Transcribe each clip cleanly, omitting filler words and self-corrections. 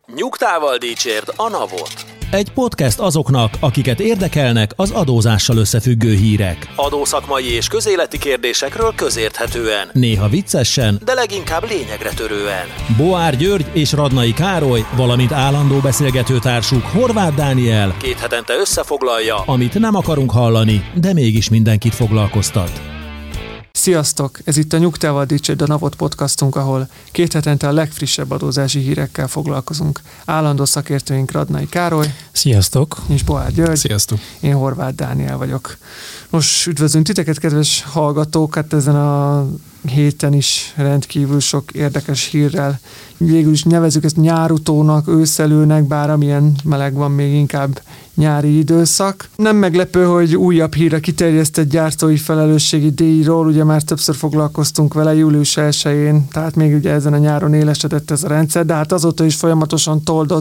Nyugtával dicsérd a NAV-ot. Egy podcast azoknak, akiket érdekelnek az adózással összefüggő hírek. Adószakmai és közéleti kérdésekről közérthetően. Néha viccesen, de leginkább lényegre törően. Boár György és Radnai Károly, valamint állandó beszélgetőtársuk Horváth Dániel 2 hetente összefoglalja, amit nem akarunk hallani, de mégis mindenkit foglalkoztat. Sziasztok! Ez itt a Nyugtával dicsérd a NAV-ot podcastunk, ahol 2 hetente a legfrissebb adózási hírekkel foglalkozunk. Állandó szakértőink Radnai Károly. Sziasztok! És Boár György. Sziasztok! Én Horváth Dániel vagyok. Most üdvözlünk titeket, kedves hallgatók! Hát ezen a héten is rendkívül sok érdekes hírrel. Végül is nevezzük ezt nyárutónak, őszelőnek, bár amilyen meleg van, még inkább nyári időszak. Nem meglepő, hogy újabb hírre kiterjesztett gyártói felelősségi díjról, ugye már többször foglalkoztunk vele július 1-én, tehát még ugye ezen a nyáron élesedett ez a rendszer, de hát azóta is folyamatosan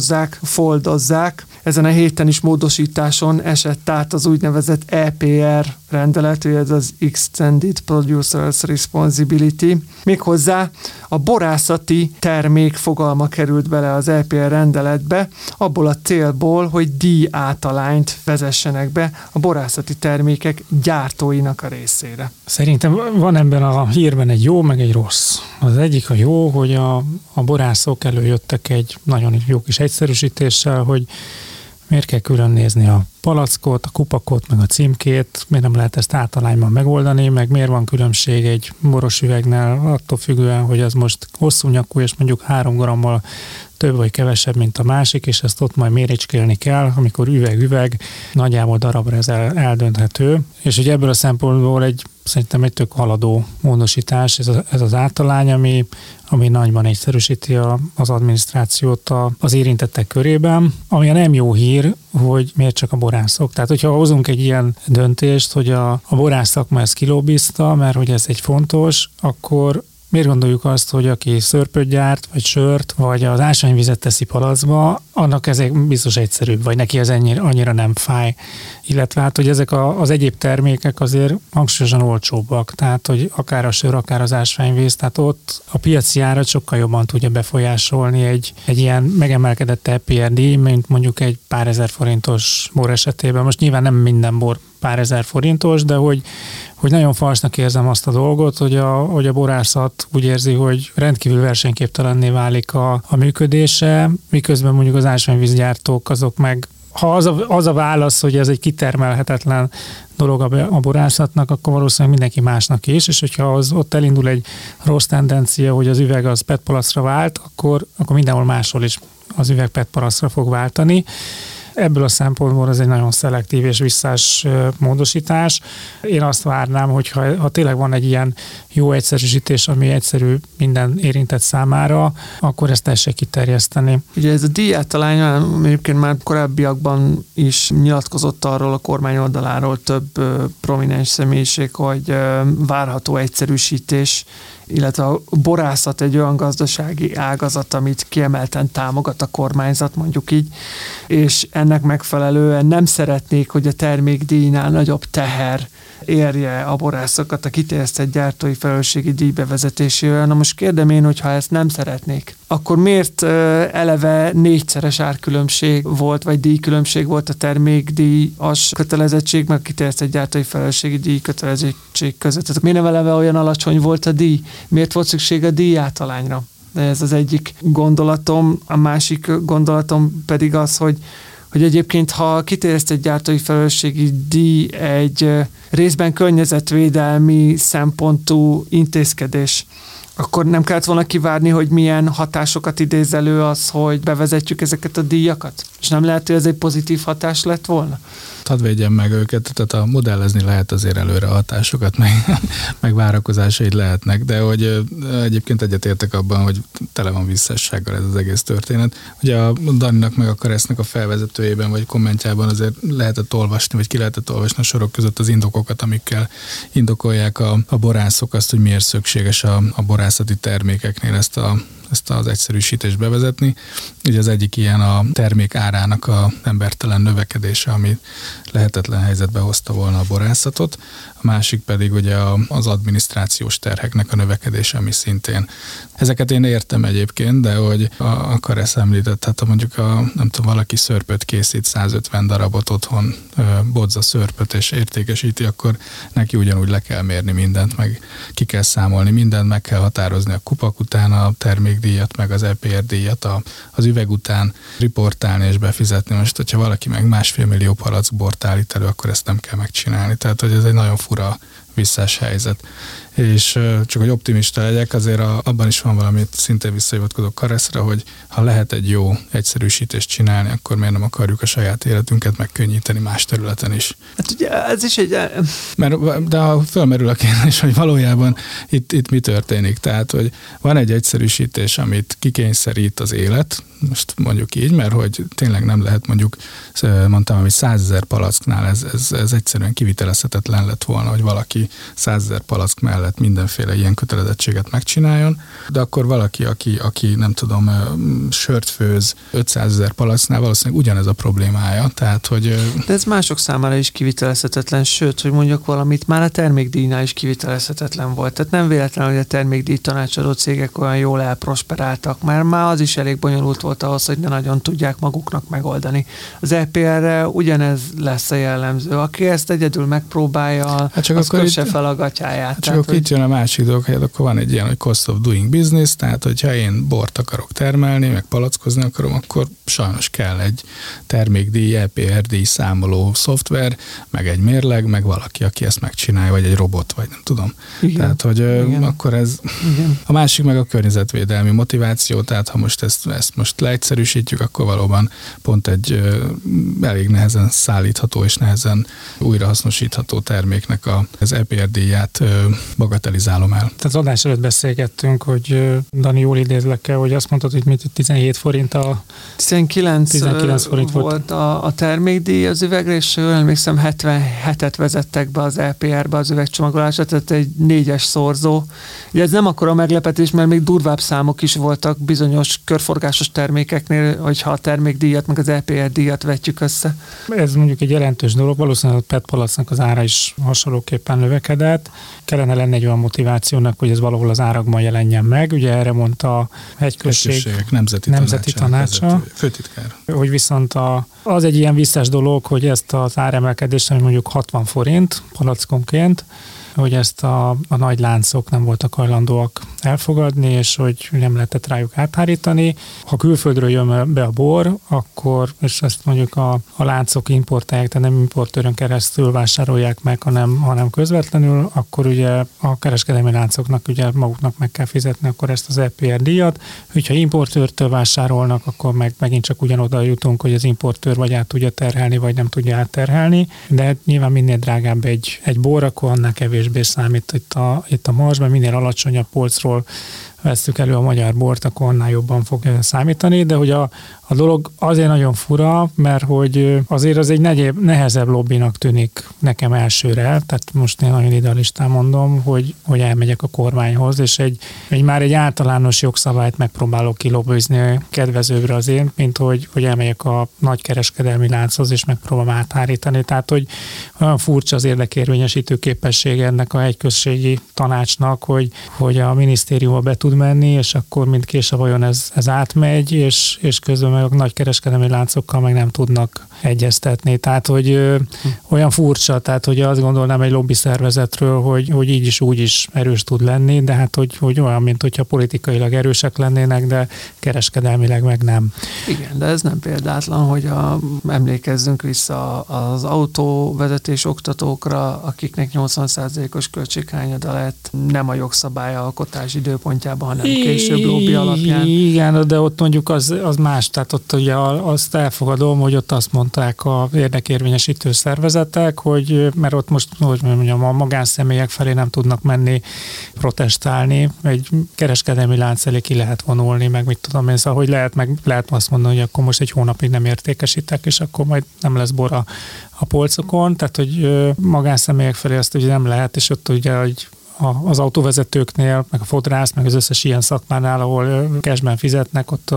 foldozzák. Ezen a héten is módosításon esett át az úgynevezett EPR rendelet, ez az Extended Producer's Responsibility. Méghozzá a borászati termék fogalma került bele az EPR rendeletbe, abból a célból, hogy díj általányt vezessenek be a borászati termékek gyártóinak a részére. Szerintem van ebben a hírben egy jó, meg egy rossz. Az egyik a jó, hogy a borászok előjöttek egy nagyon jó kis egyszerűsítéssel, hogy miért kell külön nézni a palackot, a kupakot, meg a címkét, miért nem lehet ezt általányban megoldani, meg miért van különbség egy boros üvegnél, attól függően, hogy az most hosszú nyakú, és mondjuk 3 grammal több vagy kevesebb, mint a másik, és ezt ott majd méricskélni kell, amikor üveg, nagyjából darabra ez eldönthető. És ugye ebből a szempontból szerintem egy tök haladó módosítás ez az általány, ami nagyban egyszerűsíti az adminisztrációt az érintettek körében, ami a nem jó hír, hogy miért csak a borászok. Tehát, hogyha hozunk egy ilyen döntést, hogy a borász szakma ezt kilobbizta, mert hogy ez egy fontos, akkor miért gondoljuk azt, hogy aki szörpöt gyárt, vagy sört, vagy az ásványvizet teszi palacba, annak ez biztos egyszerűbb, vagy neki ez annyira nem fáj. Illetve hát, hogy ezek az egyéb termékek azért hangsúlyosan olcsóbbak, tehát, hogy akár a sör, akár az ásványvíz, tehát ott a piaci árat sokkal jobban tudja befolyásolni egy ilyen megemelkedett EPR díj, mint mondjuk egy pár ezer forintos bor esetében. Most nyilván nem minden bor pár ezer forintos, de hogy nagyon falsnak érzem azt a dolgot, hogy a borászat úgy érzi, hogy rendkívül versenyképtelenné válik a működése, miközben mondjuk az ásványvízgyártók azok meg, ha az a válasz, hogy ez egy kitermelhetetlen dolog a borászatnak, akkor valószínűleg mindenki másnak is, és hogyha ott elindul egy rossz tendencia, hogy az üveg az PET palacra vált, akkor mindenhol máshol is az üveg PET palacra fog váltani. Ebből a szempontból ez egy nagyon szelektív és visszás módosítás. Én azt várnám, hogy ha tényleg van egy ilyen jó egyszerűsítés, ami egyszerű minden érintett számára, akkor ezt tessék kiterjeszteni. Ugye ez a díjáltalány egyébként már korábbiakban is nyilatkozott arról a kormány oldaláról több prominens személyiség, hogy várható egyszerűsítés, illetve a borászat egy olyan gazdasági ágazat, amit kiemelten támogat a kormányzat, mondjuk így, és ennek megfelelően nem szeretnék, hogy a termékdíjnál nagyobb teher érje a borászokat a kiterjesztett gyártói felelősségi díj bevezetésével. Na most kérdem én, hogyha ezt nem szeretnék, akkor miért eleve 4-szeres árkülönbség volt, vagy díjkülönbség volt a termékdíjas kötelezettség, meg a kiterjesztett gyártói felelősségi díj kötelezettség között? Tehát miért nem eleve olyan alacsony volt a díj? Miért volt szükség a díj általányra? De ez az egyik gondolatom, a másik gondolatom pedig az, hogy egyébként, ha kiterjesztett gyártói felelősségi díj egy részben környezetvédelmi szempontú intézkedés, akkor nem kellett volna kivárni, hogy milyen hatásokat idéz elő az, hogy bevezetjük ezeket a díjakat? És nem lehet, hogy ez egy pozitív hatás lett volna? Hadd védjem meg őket, tehát a modellezni lehet azért előre a hatásokat, meg várakozásaid lehetnek, de hogy egyébként egyetértek abban, hogy tele van visszássággal ez az egész történet. Ugye a Daninak meg a Karesznek a felvezetőjében vagy kommentjában azért lehetett olvasni, vagy ki lehetett olvasni a sorok között az indokokat, amikkel indokolják a borászok azt, hogy miért szükséges a borászati termékeknél ezt a ezt az egyszerűsítést bevezetni. Ugye az egyik ilyen a termék árának a embertelen növekedése, ami lehetetlen helyzetbe hozta volna a borászatot. A másik pedig ugye az adminisztrációs terheknek a növekedése, ami szintén. Ezeket én értem egyébként, de hogy akkor ezt említett, hát mondjuk nem tudom, valaki szörpöt készít, 150 darabot otthon bodza szörpöt és értékesíti, akkor neki ugyanúgy le kell mérni mindent, meg ki kell számolni mindent, meg kell határozni a kupak után a termékdíjat, meg az EPR díjat, az üveg után riportálni és befizetni. Most, hogyha valaki meg 1,5 millió palack bort állít elő, akkor ezt nem kell megcsinálni. Tehát, hogy ez egy nagyon fura visszás helyzet. És csak hogy optimista legyek, azért abban is van valamit, szintén visszahivatkozok Kareszre, hogy ha lehet egy jó egyszerűsítést csinálni, akkor miért nem akarjuk a saját életünket megkönnyíteni más területen is. Hát ugye ez is egy... De ha fölmerül a kérdés, hogy valójában itt mi történik. Tehát, hogy van egy egyszerűsítés, amit kikényszerít az élet, most mondjuk így, mert hogy tényleg nem lehet mondjuk, mondtam, hogy 100 000 palacknál ez egyszerűen kivitelezhetetlen lett volna, hogy valaki 100 000 palack mellett mindenféle ilyen kötelezettséget megcsináljon, de akkor valaki, aki nem tudom, sört főz 500 000 palacknál, valószínűleg ugyanez a problémája. Tehát, hogy... De ez mások számára is kivitelezhetetlen, sőt, hogy mondjuk valamit, már a termékdíjnál is kivitelezhetetlen volt. Tehát nem véletlen, hogy a termékdíj tanácsadó cégek olyan jól elprosperáltak, mert már az is elég bonyolult volt ahhoz, hogy ne nagyon tudják maguknak megoldani. Az EPR-re ugyanez lesz a jellemző. Aki ezt egyedül megpróbálja, hát csak az akkor kösse fel a gatyáját. Csak akkor itt jön a másik dolog, hogy akkor van egy ilyen, hogy cost of doing business, tehát hogyha én bort akarok termelni, meg palackozni akarom, akkor sajnos kell egy termékdíj, EPR-díj számoló szoftver, meg egy mérleg, meg valaki, aki ezt megcsinálja, vagy egy robot, vagy nem tudom. Igen. Tehát, hogy akkor ez... Igen. A másik meg a környezetvédelmi motiváció, tehát ha most ezt most leegyszerűsítjük, akkor valóban pont egy elég nehezen szállítható és nehezen újrahasznosítható terméknek az EPR-díját bagatelizálom el. Tehát az adás előtt beszélgettünk, hogy Dani, jól idézlek el, hogy azt mondtad, hogy mit 17 forint a... 19 forint volt a termékdíj az üvegre, és jól emlékszem, 77-et vezettek be az EPR-be az üvegcsomagolásra, tehát egy 4-es szorzó. Ugye ez nem akkora meglepetés, mert még durvább számok is voltak bizonyos körforgásos termékeknél, hogyha a termékdíjat meg az EPR díjat vetjük össze. Ez mondjuk egy jelentős dolog, valószínűleg a PET palacnak az ára is hasonlóképpen növekedett. Kellene lenni egy olyan motivációnak, hogy ez valahol az árakban jelenjen meg. Ugye erre mondta a hegyközség nemzeti tanácsa, főtitkár. Hogy viszont az egy ilyen visszás dolog, hogy ezt az áremelkedést, ami mondjuk 60 forint palackonként, hogy ezt a nagy láncok nem voltak hajlandóak elfogadni, és hogy nem lehetett rájuk áthárítani. Ha külföldről jön be a bor, akkor, és ezt mondjuk a láncok importálják, tehát nem importőrön keresztül vásárolják meg, hanem közvetlenül, akkor ugye a kereskedelmi láncoknak ugye maguknak meg kell fizetni akkor ezt az EPR díjat. Hogyha importőrtől vásárolnak, akkor megint csak ugyanoda jutunk, hogy az importőr vagy át tudja terhelni, vagy nem tudja átterhelni, de nyilván minél drágább egy bor, akkor annál kevésbé számít itt a marzs, mert minél alacsonyabb polcról vesszük elő a magyar bort, akkor annál jobban fog számítani, de hogy a dolog azért nagyon fura, mert hogy azért az egy nehezebb lobbinak tűnik nekem elsőre, tehát most én nagyon idealistán mondom, hogy elmegyek a kormányhoz, és már egy általános jogszabályt megpróbálok kilobbizni kedvezőbbre az én, mint hogy elmegyek a nagy kereskedelmi lánchoz, és megpróbálom áthárítani. Tehát, hogy olyan furcsa az érdekérvényesítő képessége ennek a hegyközségi tanácsnak, hogy a minisztériumba be tud menni, és akkor mint kés a vajon ez átmegy, és közben meg a nagy kereskedelmi láncokkal meg nem tudnak egyeztetni. Tehát, hogy olyan furcsa, tehát, hogy azt gondolnám egy lobby szervezetről, hogy így is úgy is erős tud lenni, de hát, hogy olyan, mint hogyha politikailag erősek lennének, de kereskedelmileg meg nem. Igen, de ez nem példátlan, hogy emlékezzünk vissza az autóvezetés oktatókra, akiknek 80%-os költséghányada lett, nem a jogszabályalkotás időpontjában, hanem később lobby alapján. Igen, de ott mondjuk az más, tehát ott ugye azt elfogadom, hogy ott azt mondták a érdekérvényesítő szervezetek, hogy mert ott most, hogy mondjam, a magánszemélyek felé nem tudnak menni protestálni, egy kereskedelmi lánc elé ki lehet vonulni, meg mit tudom én, szóval, hogy lehet azt mondani, hogy akkor most egy hónapig nem értékesítek, és akkor majd nem lesz bor a polcokon, tehát hogy magánszemélyek felé azt ugye nem lehet, és ott ugye, hogy az autóvezetőknél, meg a fodrász, meg az összes ilyen szakmánál, ahol cashben fizetnek, ott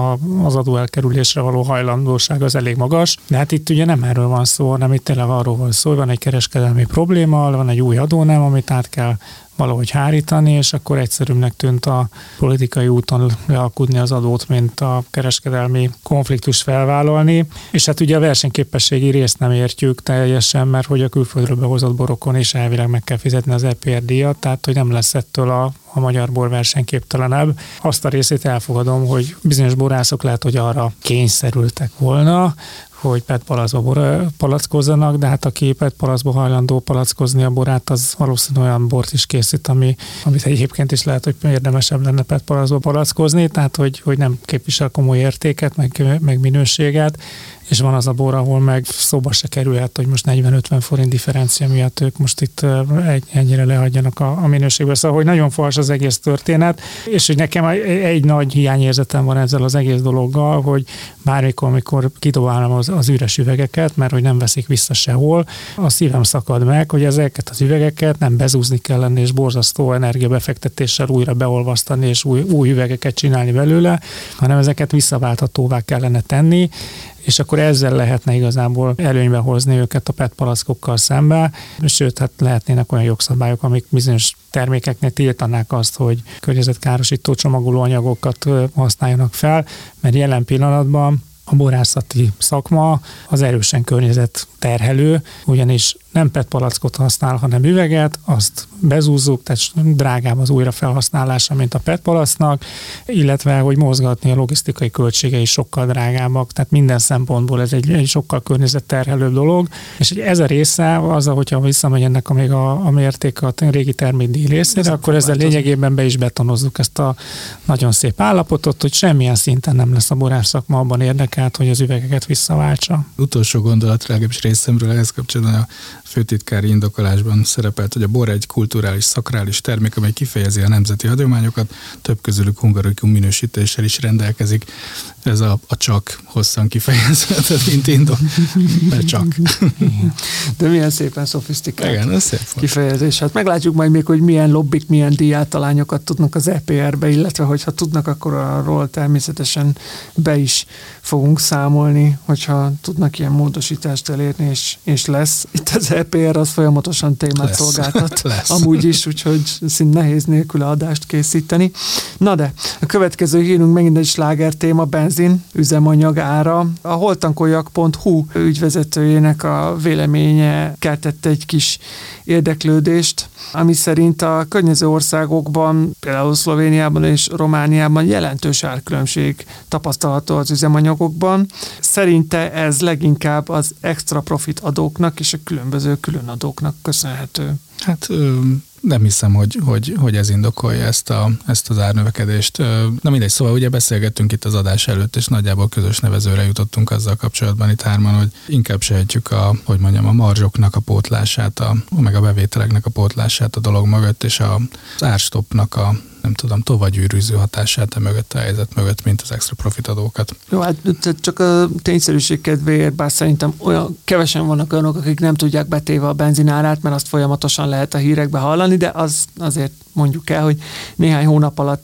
az adóelkerülésre való hajlandóság az elég magas. De hát itt ugye nem erről van szó, hanem itt tényleg arról van szó, hogy van egy kereskedelmi probléma, van egy új adónem, amit át kell valahogy hárítani, és akkor egyszerűbbnek tűnt a politikai úton lealkudni az adót, mint a kereskedelmi konfliktus felvállalni. És hát ugye a versenyképességi részt nem értjük teljesen, mert hogy a külföldről behozott borokon is elvileg meg kell fizetni az EPR díjat, tehát hogy nem lesz ettől a magyar bor versenyképtelenebb. Azt a részét elfogadom, hogy bizonyos borászok lehet, hogy arra kényszerültek volna, hogy PET palacba palackozzanak, de hát aki PET palacba hajlandó palackozni a borát, az valószínűleg olyan bort is készít, amit egyébként is lehet, hogy érdemesebb lenne PET palacba palackozni, tehát hogy nem képvisel komoly értéket, meg minőséget, és van az a bor, ahol meg szóba se kerülhet, hogy most 40-50 forint differencia miatt ők most itt ennyire lehagyjanak a minőségből. Szóval, hogy nagyon fals az egész történet, és hogy nekem egy nagy hiányérzetem van ezzel az egész dologgal, hogy bármikor, amikor kidobálom az üres üvegeket, mert hogy nem veszik vissza sehol, a szívem szakad meg, hogy ezeket az üvegeket nem bezúzni kellene, és borzasztó energiabefektetéssel újra beolvasztani, és új üvegeket csinálni belőle, hanem ezeket visszaválthatóvá kellene tenni, és akkor ezzel lehetne igazából előnybe hozni őket a PET palackokkal szembe, sőt, hát lehetnének olyan jogszabályok, amik bizonyos termékeknél tiltanák azt, hogy környezetkárosító csomagolóanyagokat használjanak fel, mert jelen pillanatban a borászati szakma az erősen környezetterhelő, ugyanis nem PET palackot használ, hanem üveget, azt bezúzzuk, tehát drágább az újrafelhasználása, mint a PET palacknak, illetve, hogy mozgatni a logisztikai költségei sokkal drágábbak, tehát minden szempontból ez egy sokkal környezetterhelőbb dolog, és ez a része az, hogyha visszamegy ennek még a mérték a régi termékdíj részére, akkor ezzel lényegében be is betonozzuk ezt a nagyon szép állapotot, hogy semmilyen szinten nem lesz a borász szakma abban érdekelt, hogy az üvegeket visszaváltsa. Utolsó gondolat, legalábbis részemről ehhez kapcsolatban a főtitkári indokolásban szerepelt, hogy a bor egy kulturális, szakrális termék, amely kifejezi a nemzeti hagyományokat, több közülük hungarikum minősítéssel is rendelkezik. Ez a csak hosszan kifejezett, mint indok, mert csak. De milyen szépen szofisztikált. Igen, ez szép kifejezés. Hát meglátjuk majd még, hogy milyen lobbik, milyen díjátalányokat tudnak az EPR-be, illetve hogyha tudnak, akkor arról természetesen be is fogunk számolni, hogyha tudnak ilyen módosítást elérni, és lesz. Itt az EPR az folyamatosan témát szolgáltat. Amúgy is, úgyhogy szint nehéz nélkül adást készíteni. Na de, a következő hírünk megint egy sláger téma, benzin üzemanyag ára. A holtankoljak.hu ügyvezetőjének a véleménye keltett egy kis érdeklődést, ami szerint a környező országokban, például Szlovéniában és Romániában jelentős árkülönbség tapasztalható az üzemanyagokban. Szerinte ez leginkább az extra profit adóknak és a különböző különadóknak köszönhető. Hát nem hiszem, hogy ez indokolja ezt az árnövekedést. Na mindegy, szóval ugye beszélgettünk itt az adás előtt, és nagyjából közös nevezőre jutottunk azzal kapcsolatban itt hárman, hogy inkább sejtjük a marzsoknak a pótlását, meg a bevételeknek a pótlását a dolog mögött, és az árstoppnak a tovagyűrűző hatását mögött, a helyzet mögött, mint az extra profit adókat. Jó, hát csak a tényszerűség kedvéért, bár szerintem olyan kevesen vannak olyanok, akik nem tudják betéve a benzinárát, mert azt folyamatosan lehet a hírekbe hallani, de az azért mondjuk el, hogy néhány hónap alatt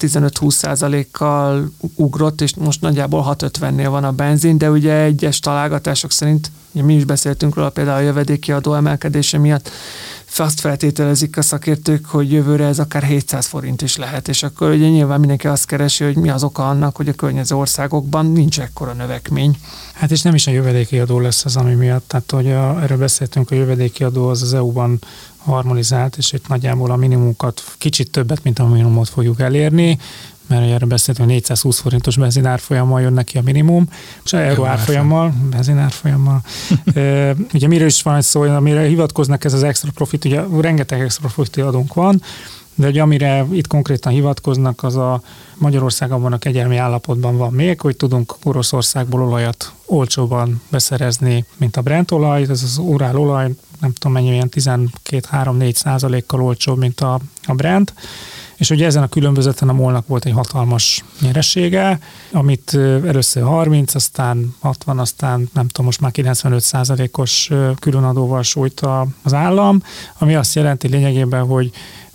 15-20%-kal ugrott, és most nagyjából 6,50-nél van a benzin, de ugye egyes találgatások szerint, mi is beszéltünk róla például a jövedéki adó emelkedése miatt, azt feltételezik a szakértők, hogy jövőre ez akár 700 forint is lehet, és akkor ugye nyilván mindenki azt keresi, hogy mi az oka annak, hogy a környező országokban nincs ekkora növekmény. Hát és nem is a jövedéki adó lesz az, ami miatt, tehát hogy erről beszéltünk, a jövedéki adó az EU-ban harmonizált, és itt nagyjából a minimumokat kicsit többet, mint a minimumot fogjuk elérni, mert erről beszéltünk, hogy 420 forintos benzinárfolyammal jön neki a minimum, és a euró árfolyammal, benzinárfolyammal. Ugye miről is van szó, amire hivatkoznak ez az extra profit, ugye rengeteg extra profit adónk van, de ugye amire itt konkrétan hivatkoznak, az a Magyarországon van a kegyelmi állapotban van még, hogy tudunk Oroszországból olajat olcsóban beszerezni, mint a Brent olaj, ez az urál olaj, nem tudom mennyi, ilyen 12-3-4%-kal olcsóbb, mint a Brent. És ugye ezen a különbözeten a MOL-nak volt egy hatalmas nyeresége, amit először 30, aztán 60, aztán nem tudom, most már 95%-os különadóval sújt az állam, ami azt jelenti lényegében, hogy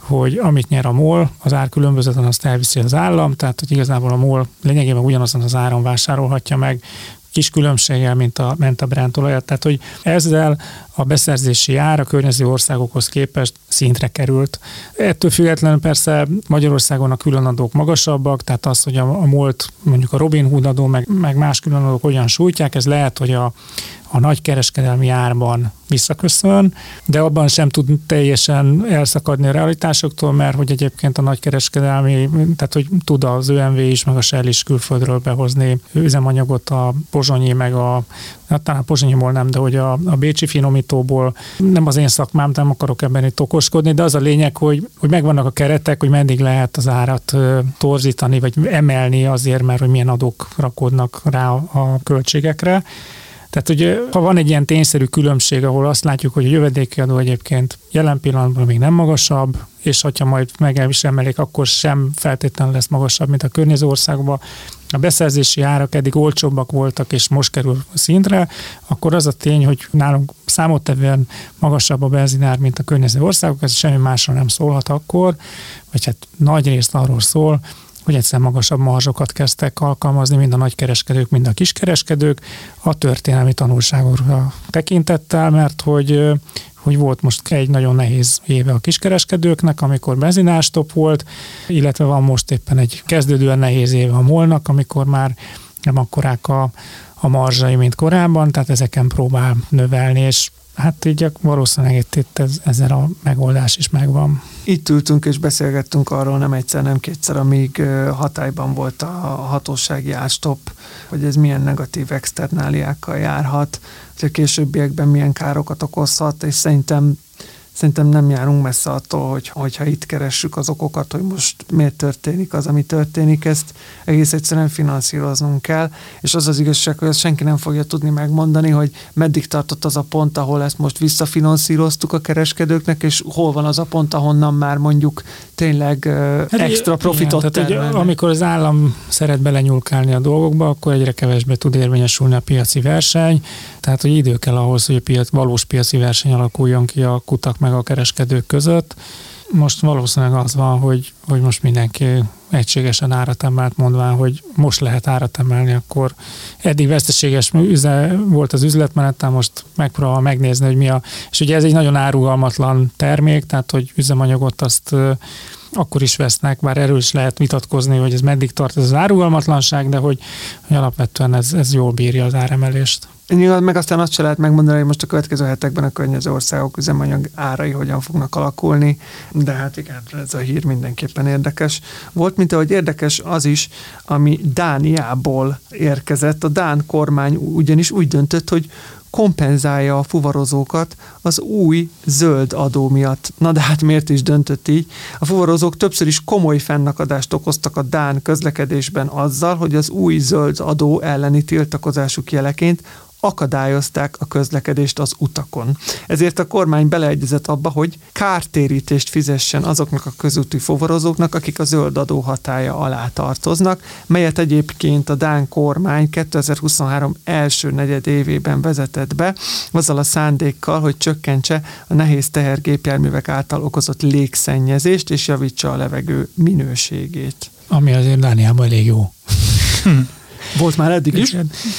hogy amit nyer a MOL, az árkülönbözeten azt elviszi az állam, tehát hogy igazából a MOL lényegében ugyanazon az áron vásárolhatja meg, kis különbséggel, ment a Brent olajat. Tehát, hogy ezzel a beszerzési ár a környező országokhoz képest szintre került. Ettől függetlenül persze Magyarországon a különadók magasabbak, tehát az, hogy a MOL-t mondjuk a Robin Hood adó, meg más különadók hogyan sújtják, ez lehet, hogy a nagykereskedelmi árban visszaköszön, de abban sem tud teljesen elszakadni a realitásoktól, mert hogy egyébként a nagykereskedelmi, tehát hogy tud az ÖMV is, meg a Shell is külföldről behozni üzemanyagot a pozsonyi, meg talán pozsonyiból nem, de hogy a bécsi finomítóból, nem az én szakmám, nem akarok ebben itt okoskodni, de az a lényeg, hogy megvannak a keretek, hogy meddig lehet az árat torzítani, vagy emelni azért, mert hogy milyen adók rakódnak rá a költségekre. Tehát, hogy ha van egy ilyen tényszerű különbség, ahol azt látjuk, hogy a jövedéki adó egyébként jelen pillanatban még nem magasabb, és ha majd emelik, akkor sem feltétlenül lesz magasabb, mint a környező országokban. A beszerzési árak eddig olcsóbbak voltak, és most kerül szintre, akkor az a tény, hogy nálunk számottevően magasabb a benzinár, mint a környező országok, ez semmi másról nem szólhat akkor, vagy hát nagy részt arról szól, hogy egyszerűen magasabb marzsokat kezdtek alkalmazni mind a nagykereskedők, mind a kiskereskedők a történelmi tanulságokra tekintettel, mert hogy volt most egy nagyon nehéz éve a kiskereskedőknek, amikor benzinárstopp volt, illetve van most éppen egy kezdődően nehéz éve a MOL-nak, amikor már nem akkorák a marzsai, mint korábban, tehát ezeken próbál növelni, és hát így valószínűleg itt ezzel a megoldás is megvan. Itt ültünk és beszélgettünk arról nem egyszer, nem kétszer, amíg hatályban volt a hatósági árstopp, hogy ez milyen negatív externáliákkal járhat, hogy a későbbiekben milyen károkat okozhat, és szerintem nem járunk messze attól, hogyha itt keressük az okokat, hogy most miért történik az, ami történik, ezt egész egyszerűen finanszíroznunk kell, és az az igazság, hogy ezt senki nem fogja tudni megmondani, hogy meddig tartott az a pont, ahol ezt most visszafinanszíroztuk a kereskedőknek, és hol van az a pont, ahonnan már mondjuk tényleg extra profitot termelnek. Amikor az állam szeret belenyúlkálni a dolgokba, akkor egyre kevésbé tud érvényesülni a piaci verseny, tehát hogy idő kell ahhoz, hogy a valós piaci verseny alakuljon ki a kutak meg a kereskedők között. Most valószínűleg az van, hogy most mindenki egységesen árat emelt, mondván, hogy most lehet árat emelni, akkor eddig veszteséges volt az üzletmenet, most megpróbálom megnézni, hogy mi és ugye ez egy nagyon árugalmatlan termék, tehát hogy üzemanyagot azt akkor is vesznek, bár erről is lehet vitatkozni, hogy ez meddig tart ez az árugalmatlanság, de hogy alapvetően ez jól bírja az áremelést. Nyilván meg aztán azt se lehet megmondani, hogy most a következő hetekben a környező országok üzemanyag árai hogyan fognak alakulni, de hát igen, ez a hír mindenképpen érdekes. Volt, mint ahogy érdekes az is, ami Dániából érkezett. A dán kormány ugyanis úgy döntött, hogy kompenzálja a fuvarozókat az új zöld adó miatt. Na de hát miért is döntött így? A fuvarozók többször is komoly fennakadást okoztak a dán közlekedésben azzal, hogy az új zöld adó elleni tiltakozásuk jeleként akadályozták a közlekedést az utakon. Ezért a kormány beleegyezett abba, hogy kártérítést fizessen azoknak a közúti fuvarozóknak, akik a zöld adó hatálya alá tartoznak, melyet egyébként a dán kormány 2023 első negyedévében vezetett be, azzal a szándékkal, hogy csökkentse a nehéz tehergépjárművek által okozott légszennyezést és javítsa a levegő minőségét. Ami azért Dániában elég jó. Volt már eddig is?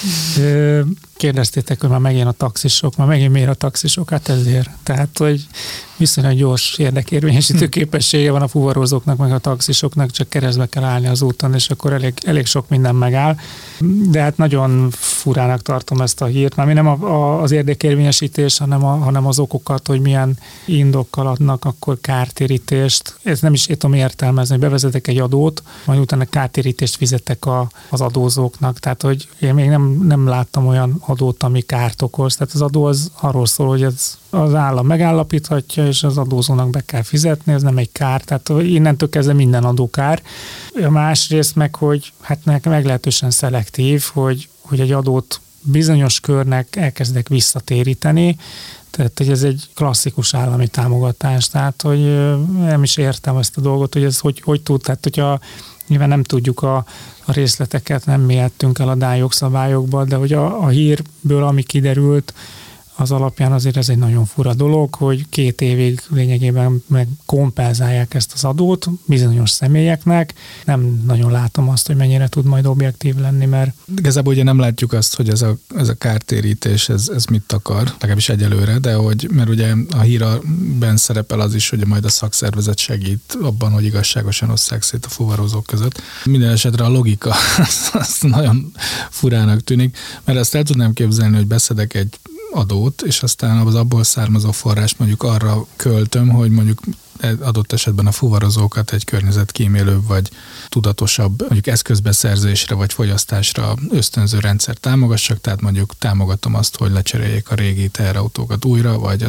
Kérdeztétek, hogy már megint a taxisok, már megint miért a taxisok? Hát ezért. Tehát, hogy viszonylag gyors érdekérvényesítő képessége van a fuvarozóknak, meg a taxisoknak, csak keresztbe kell állni az úton, és akkor elég sok minden megáll. De hát nagyon furának tartom ezt a hírt, mert nem az érdekérvényesítés, hanem az okokat, hogy milyen indokkal adnak akkor kártérítést. Ez nem is tudom értelmezni, hogy bevezetek egy adót, majd utána kártérítést fizettek az adózóknak. Tehát, hogy én még nem láttam olyan adót, ami kárt okoz. Tehát az adó az arról szól, hogy ez az állam megállapíthatja, és az adózónak be kell fizetni, ez nem egy kár, tehát innentől kezdve minden adó kár. A másrészt meg, hogy hát meglehetősen szelektív, hogy egy adót bizonyos körnek elkezdek visszatéríteni, tehát hogy ez egy klasszikus állami támogatás, tehát hogy nem is értem ezt a dolgot, hogy ez hogy tud, tehát hogyha nyilván nem tudjuk a részleteket, nem mélyedtünk el a dán jogszabályokba, de hogy a hírből, ami kiderült, az alapján azért ez egy nagyon fura dolog, hogy 2 évig lényegében meg kompenzálják ezt az adót bizonyos személyeknek. Nem nagyon látom azt, hogy mennyire tud majd objektív lenni, mert... Igazából ugye nem látjuk azt, hogy ez a kártérítés, ez mit akar, legalábbis egyelőre, de mert ugye a hírben szerepel az is, hogy majd a szakszervezet segít abban, hogy igazságosan osszák szét a fuvarozók között. Minden esetre a logika az nagyon furának tűnik, mert ezt el tudnám képzelni, hogy beszedek egy adót, és aztán az abból származó forrást mondjuk arra költöm, hogy mondjuk adott esetben a fuvarozókat egy környezetkímélőbb vagy tudatosabb mondjuk eszközbeszerzésre vagy fogyasztásra ösztönző rendszer támogassak, tehát mondjuk támogatom azt, hogy lecseréljék a régi teherautókat újra, vagy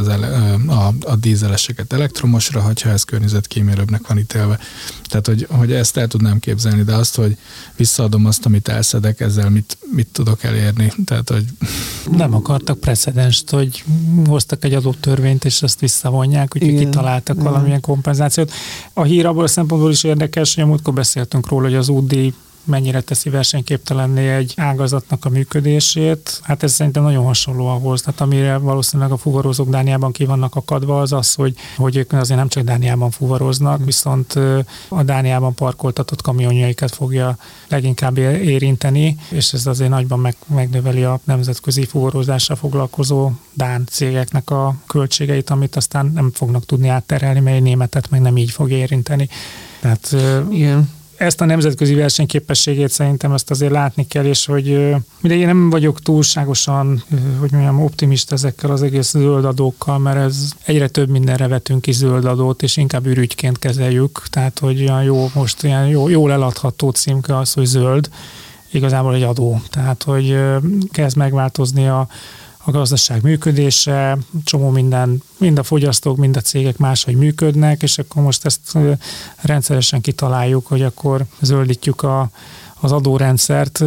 a dízeleseket elektromosra, hogyha ez környezetkímélőbbnek van ítélve. Tehát, hogy ezt el tudnám képzelni, de azt, hogy visszaadom azt, amit elszedek, ezzel mit tudok elérni. Tehát, hogy... Nem akartak precedenst, hogy hoztak egy adótörvényt, és ezt visszavonják, úgyhogy kitaláltak valamilyen kompenzációt. A hír abból a szempontból is érdekes, hogy a múltkor beszéltünk róla, hogy az útdíj mennyire teszi versenyképtelenné egy ágazatnak a működését. Hát ez szerintem nagyon hasonló ahhoz, tehát amire valószínűleg a fuvarozók Dániában ki vannak akadva, az az, hogy ők azért nem csak Dániában fuvaroznak, viszont a Dániában parkoltatott kamionjaikat fogja leginkább érinteni, és ez azért nagyban megnöveli a nemzetközi fuvarozással foglalkozó dán cégeknek a költségeit, amit aztán nem fognak tudni átterelni, mert egy németet meg nem így fog érinteni. Tehát igen. Ezt a nemzetközi versenyképességét szerintem ezt azért látni kell, és hogy mindegy, én nem vagyok túlságosan, hogy mondjam, optimista ezekkel az egész zöld adókkal, mert ez egyre több mindenre vetünk ki zöld adót, és inkább ürügyként kezeljük, tehát hogy olyan jó, most ilyen jól eladható címke az, hogy zöld, igazából egy adó, tehát hogy kezd megváltozni a gazdaság működése, csomó minden, mind a fogyasztók, mind a cégek máshogy működnek, és akkor most ezt rendszeresen kitaláljuk, hogy akkor zöldítjük az adórendszert,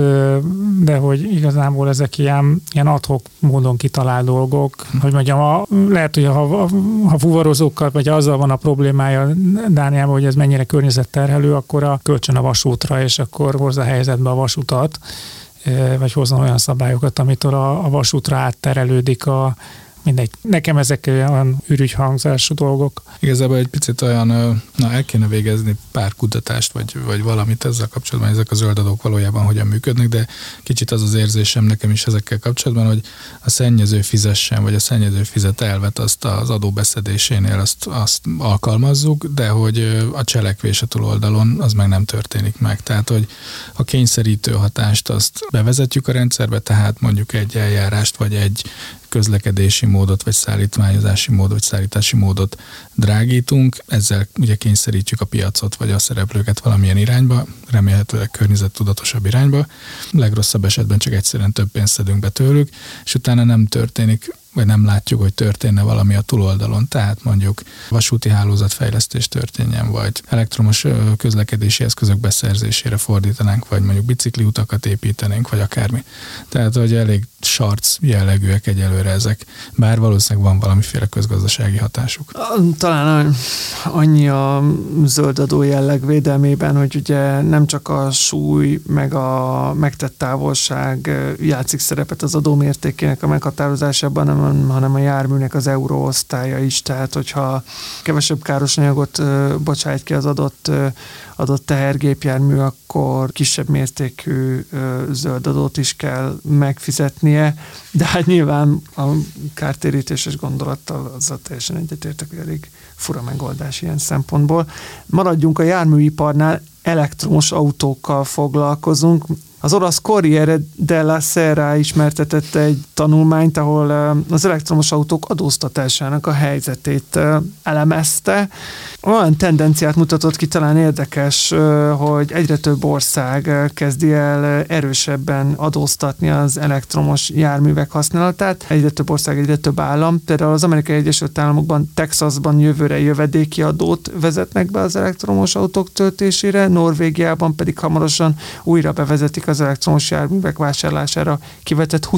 de hogy igazából ezek ilyen ad-hoc módon kitalált dolgok, hogy mondjam, lehet, hogy ha fuvarozókkal, vagy azzal van a problémája Dániában, hogy ez mennyire környezetterhelő, akkor a kölcsön a vasútra, és akkor hozza helyzetbe a vasutat, vagy hozzon olyan szabályokat, amitől a vasútra átterelődik mindegy. Nekem ezek olyan ürügyhangzású dolgok. Igazából egy picit olyan, el kéne végezni pár kutatást, vagy valamit ezzel kapcsolatban, ezek a zöld adók valójában hogyan működnek, de kicsit az érzésem nekem is ezekkel kapcsolatban, hogy a szennyező fizessen, vagy a szennyező fizet elvet azt az adóbeszedésénél azt alkalmazzuk, de hogy a cselekvés a túloldalon az meg nem történik meg. Tehát, hogy a kényszerítő hatást azt bevezetjük a rendszerbe, tehát mondjuk egy eljárást, vagy egy közlekedési módot, vagy szállítmányozási módot, vagy szállítási módot drágítunk, ezzel ugye kényszerítjük a piacot, vagy a szereplőket valamilyen irányba, remélhetőleg környezettudatosabb irányba. Legrosszabb esetben csak egyszerűen több pénzt szedünk be tőlük, és utána nem történik, vagy nem látjuk, hogy történne valami a túloldalon. Tehát mondjuk vasúti hálózatfejlesztés történjen, vagy elektromos közlekedési eszközök beszerzésére fordítanánk, vagy mondjuk bicikliutakat építenénk, vagy akármi. Tehát, hogy elég sarc jellegűek egyelőre ezek, bár valószínűleg van valamiféle közgazdasági hatásuk. Talán annyi a zöld adó jelleg védelmében, hogy ugye nem csak a súly, meg a megtett távolság játszik szerepet az adómértékének a meghatározásában, hanem a járműnek az euróosztálya is, tehát hogyha kevesebb káros anyagot bocsájt ki az adott tehergépjármű, akkor kisebb mértékű zöld adót is kell megfizetnie, de hát nyilván a kártérítéses gondolattal azzal teljesen egyetértek, hogy elég fura megoldás ilyen szempontból. Maradjunk a járműiparnál, elektromos autókkal foglalkozunk. Az olasz Corriere della Sera ismertetett egy tanulmányt, ahol az elektromos autók adóztatásának a helyzetét elemezte. Olyan tendenciát mutatott ki, talán érdekes, hogy egyre több ország kezdi el erősebben adóztatni az elektromos járművek használatát. Egyre több ország, egyre több állam. Például az Amerikai Egyesült Államokban, Texasban jövőre jövedéki adót vezetnek be az elektromos autók töltésére, Norvégiában pedig hamarosan újra bevezetik az elektromos járművek vásárlására kivetett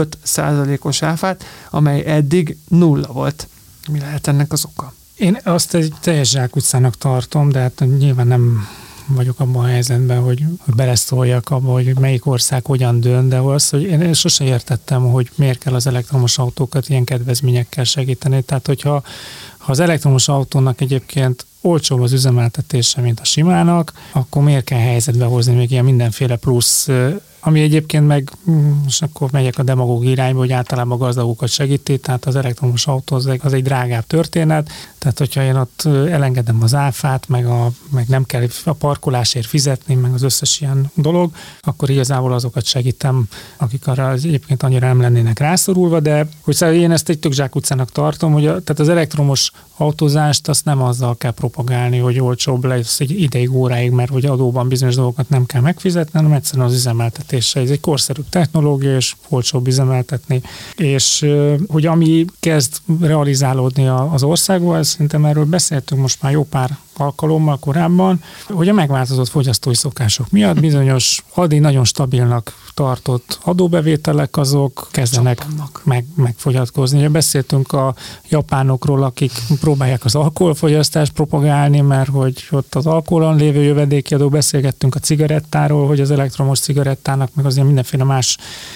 25%-os áfát, amely eddig 0 volt. Mi lehet ennek az oka? Én azt egy teljes zsákutcának tartom, de hát nyilván nem vagyok abban a helyzetben, hogy beleszóljak abban, hogy melyik ország hogyan dönt, de az, hogy én sosem értettem, hogy miért kell az elektromos autókat ilyen kedvezményekkel segíteni. Tehát, hogyha az elektromos autónak egyébként olcsóbb az üzemeltetése, mint a simának, akkor miért kell helyzetbe hozni még ilyen mindenféle plusz, ami egyébként meg, és akkor megyek a demagóg irányba, hogy általában a gazdagokat segíti, tehát az elektromos autó az egy drágább történet, tehát hogyha én ott elengedem az áfát, meg nem kell a parkolásért fizetni, meg az összes ilyen dolog, akkor igazából azokat segítem, akik arra egyébként annyira nem lennének rászorulva, de hogy én ezt egy tök zsákutcának tartom, hogy tehát az elektromos autózást azt nem azzal kell propagálni, hogy olcsóbb lesz egy ideig, óráig, mert hogy adóban bizonyos dolgokat nem kell megfizetni, hanem egyszerűen az üzemeltetése. Ez egy korszerű technológia, és olcsóbb üzemeltetni. És hogy ami kezd realizálódni az országban, szerintem erről beszéltünk most már jó pár alkalommal korábban, hogy a megváltozott fogyasztói szokások miatt bizonyos addig nagyon stabilnak tartott adóbevételek azok kezdenek megfogyatkozni. Ugye beszéltünk a japánokról, akik próbálják az alkoholfogyasztást propagálni, mert hogy ott az alkoholon lévő jövedéki adó, beszélgettünk a cigarettáról, hogy az elektromos cigarettának, meg azért mindenféle más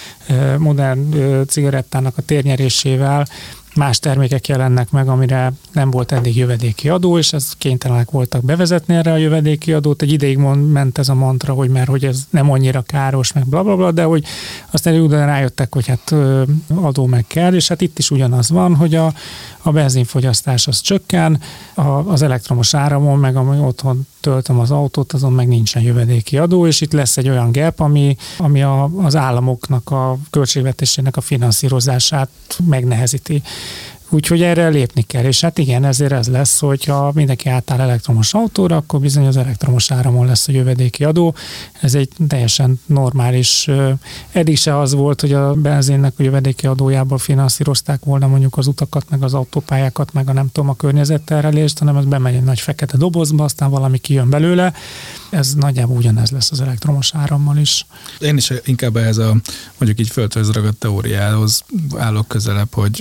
modern cigarettának a térnyerésével más termékek jelennek meg, amire nem volt eddig jövedéki adó, és ezt kénytelenek voltak bevezetni erre a jövedéki adót. Egy ideig ment ez a mantra, hogy mert hogy ez nem annyira káros, meg blablabla, de hogy aztán ugyan rájöttek, hogy hát adó meg kell, és hát itt is ugyanaz van, hogy a benzinfogyasztás az csökken, az elektromos áramon, meg ami otthon töltöm az autót, azon meg nincsen jövedéki adó, és itt lesz egy olyan gap, ami az államoknak a költségvetésének a finanszírozását megnehezíti. Úgyhogy erre lépni kell, és hát igen, ezért ez lesz, hogyha mindenki átáll elektromos autóra, akkor bizony az elektromos áramon lesz a jövedéki adó. Ez egy teljesen normális, eddig se az volt, hogy a benzinnek a jövedéki adójából finanszírozták volna mondjuk az utakat, meg az autópályákat, meg a környezetterhelést, hanem ez bemegy egy nagy fekete dobozba, aztán valami kijön belőle. Ez nagyjából ugyanez lesz az elektromos árammal is. Én is inkább ehhez a mondjuk így földhöz ragadt teóriához állok közelebb, hogy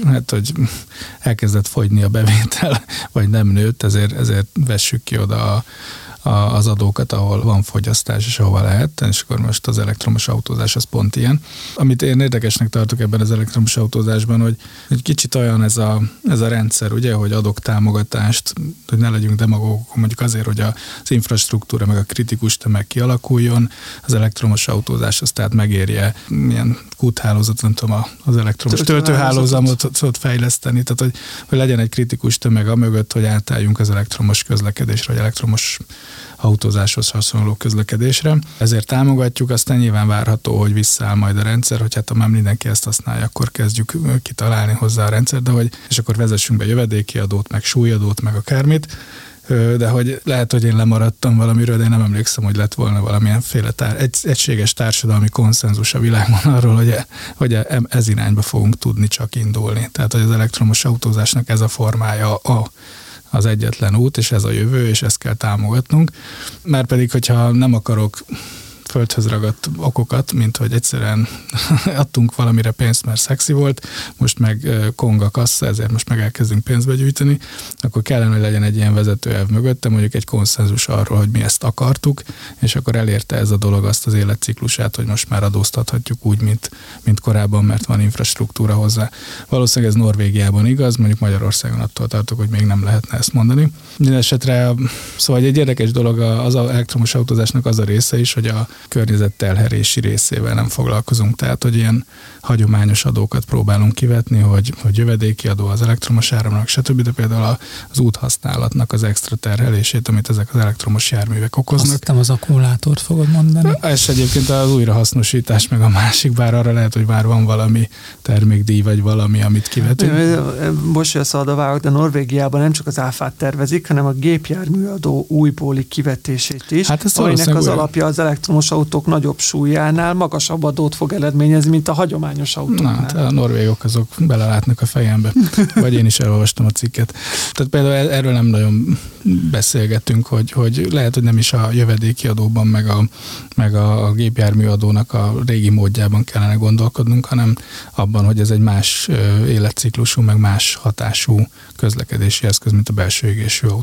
elkezdett fogyni a bevétel, vagy nem nőtt, ezért vessük ki oda az adókat, ahol van fogyasztás, és ahova lehet, és akkor most az elektromos autózás az pont ilyen. Amit én érdekesnek tartok ebben az elektromos autózásban, hogy kicsit olyan ez a rendszer, ugye, hogy adok támogatást, hogy ne legyünk demagógok, mondjuk azért, hogy az infrastruktúra meg a kritikus tömeg kialakuljon, az elektromos autózás az tehát megérje milyen kúthálózat, nem tudom, az elektromos töltőhálózatot fejleszteni, tehát hogy legyen egy kritikus tömeg amögött, hogy átálljunk az elektromos közlekedésre, vagy elektromos autózáshoz hasonló közlekedésre. Ezért támogatjuk, aztán nyilván várható, hogy visszaáll majd a rendszer, hogy hát ha már mindenki ezt használja, akkor kezdjük kitalálni hozzá a rendszer, és akkor vezessünk be jövedéki adót, meg súlyadót, meg akármit. De hogy lehet, hogy én lemaradtam valamiről, de én nem emlékszem, hogy lett volna valamilyenféle egységes társadalmi konszenzus a világban arról, hogy ez irányba fogunk tudni csak indulni. Tehát, hogy az elektromos autózásnak ez a formája az egyetlen út, és ez a jövő, és ezt kell támogatnunk. Márpedig, hogyha nem akarok földhöz ragadt okokat, mint hogy egyszerűen adtunk valamire pénzt, mert szexi volt, most meg kong a kassa, ezért most meg elkezdünk pénzbe gyűjteni, akkor kellene, hogy legyen egy ilyen vezetőelv mögötte, mondjuk egy konszenzus arról, hogy mi ezt akartuk, és akkor elérte ez a dolog azt az életciklusát, hogy most már adóztathatjuk úgy, mint korábban, mert van infrastruktúra hozzá. Valószínűleg ez Norvégiában igaz, mondjuk Magyarországon attól tartok, hogy még nem lehetne ezt mondani. Mindenesetre, szóval egy érdekes dolog az elektromos autózásnak az a része is, hogy a környezetterhelési részével nem foglalkozunk. Tehát, hogy ilyen hagyományos adókat próbálunk kivetni, hogy jövedéki adó az elektromos áramnak, stb. De például az úthasználatnak az extra terhelését, amit ezek az elektromos járművek okoznak. Azt hittem az akkumulátort fogod mondani. És egyébként az újrahasznosítás meg a másik, bár arra lehet, hogy már van valami termékdíj, vagy valami, amit kivetünk. Bocs, a szabadavárok, de Norvégiában nem csak az áfát tervezik, hanem a gépjárműadó újbóli kivetését is, hát aminek az alapja az elektromos autók nagyobb súlyánál magasabb adót fog eredményezni, mint a hagyományos autóknál. Na, a norvégok azok belelátnak a fejembe. Vagy én is elolvastam a cikket. Tehát például erről nem nagyon beszélgetünk, hogy lehet, hogy nem is a jövedéki adóban, meg a gépjárműadónak a régi módjában kellene gondolkodnunk, hanem abban, hogy ez egy más életciklusú, meg más hatású közlekedési eszköz, mint a belső égésű autó.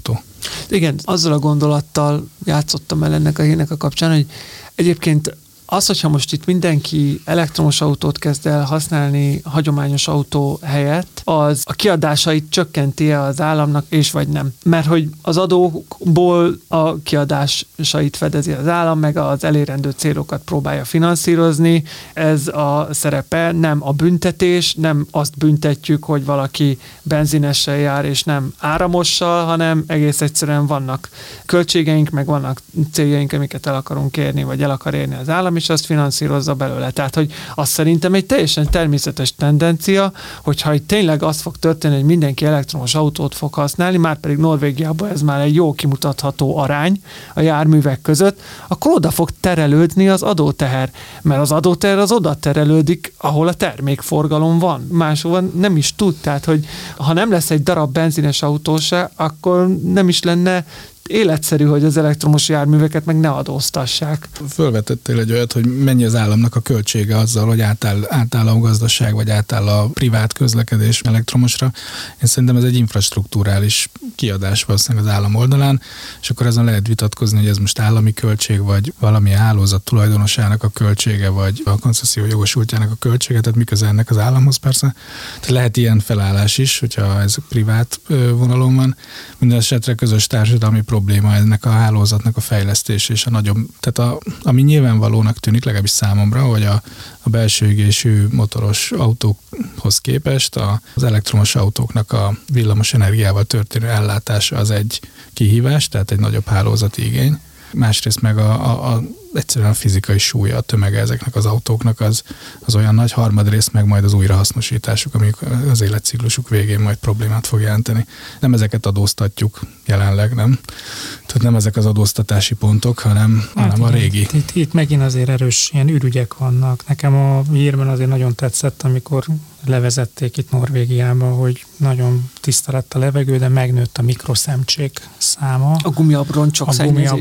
Igen, azzal a gondolattal játszottam el ennek a hírnek a kapcsán, hogy egyébként az, hogyha most itt mindenki elektromos autót kezd el használni hagyományos autó helyett, az a kiadásait csökkenti-e az államnak, és vagy nem. Mert hogy az adókból a kiadásait fedezi az állam, meg az elérendő célokat próbálja finanszírozni. Ez a szerepe, nem a büntetés, nem azt büntetjük, hogy valaki benzinessel jár, és nem áramossal, hanem egész egyszerűen vannak költségeink, meg vannak céljaink, amiket el akarunk érni, vagy el akar érni az állam, és azt finanszírozza belőle. Tehát, hogy az szerintem egy teljesen természetes tendencia, hogyha itt tényleg az fog történni, hogy mindenki elektromos autót fog használni, már pedig Norvégiában ez már egy jó kimutatható arány a járművek között, akkor oda fog terelődni az adóteher. Mert az adóteher az oda terelődik, ahol a termékforgalom van. Máshol nem is tud. Tehát, hogy ha nem lesz egy darab benzines autó se, akkor nem is lenne életszerű, hogy az elektromos járműveket meg ne adóztassák. Fölvetettél egy olyat, hogy mennyi az államnak a költsége azzal, hogy átáll a gazdaság, vagy átáll a privát közlekedés elektromosra. Én szerintem ez egy infrastruktúrális kiadás valószínűleg az állam oldalán, és akkor ezen lehet vitatkozni, hogy ez most állami költség, vagy valami hálózat tulajdonosának a költsége, vagy a koncesszió jogosultjának a költsége, tehát mi köze ennek az államhoz persze. Tehát lehet ilyen felállás is, hogyha ez privát vonalon van. Minden esetre közös társadalmi probléma ennek a hálózatnak a fejlesztés és a nagyobb, tehát ami nyilvánvalónak tűnik, legalábbis számomra, hogy a belső égésű motoros autókhoz képest az elektromos autóknak a villamos energiával történő ellátása az egy kihívás, tehát egy nagyobb hálózati igény. Másrészt meg egyszerűen a fizikai súlya, a tömege ezeknek az autóknak az olyan nagy, harmadrészt meg majd az újrahasznosításuk, amik az életciklusuk végén majd problémát fog jelenteni. Nem ezeket adóztatjuk jelenleg, nem? Tehát nem ezek az adóztatási pontok, hanem a régi. Itt megint azért erős ilyen ürügyek vannak. Nekem a hírben azért nagyon tetszett, amikor levezették itt Norvégiába, hogy nagyon tiszta lett a levegő, de megnőtt a mikroszemcsék száma. A gumiabroncsok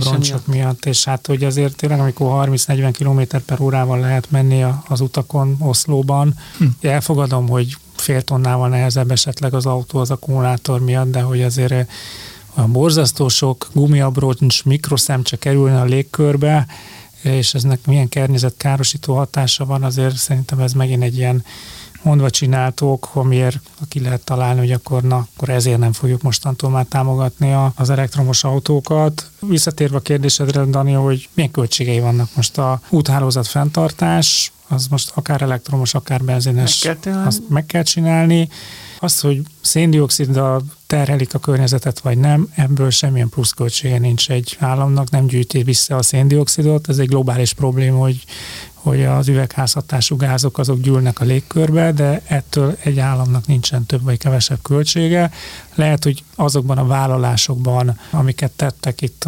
miatt, és hát hogy azért tényleg, amikor 30-40 km/h lehet menni az utakon Oszlóban, elfogadom, hogy fél tonnával nehezebb esetleg az autó az akkumulátor miatt, de hogy azért a borzasztó sok gumiabroncs mikroszemcse kerülne a légkörbe, és eznek milyen környezetkárosító hatása van, azért szerintem ez megint egy ilyen mondva csináltok, amiért ki lehet találni, hogy akkor ezért nem fogjuk mostantól már támogatni az elektromos autókat. Visszatérve a kérdésedre, Dani, hogy milyen költségei vannak most a úthálózat fenntartás, az most akár elektromos, akár benzines, azt meg kell csinálni. Az, hogy széndioxiddal terhelik a környezetet, vagy nem, ebből semmilyen pluszköltsége nincs egy államnak, nem gyűjti vissza a széndioxidot. Ez egy globális probléma, hogy az üvegházhatású gázok azok gyűlnek a légkörbe, de ettől egy államnak nincsen több vagy kevesebb költsége. Lehet, hogy azokban a vállalásokban, amiket tettek itt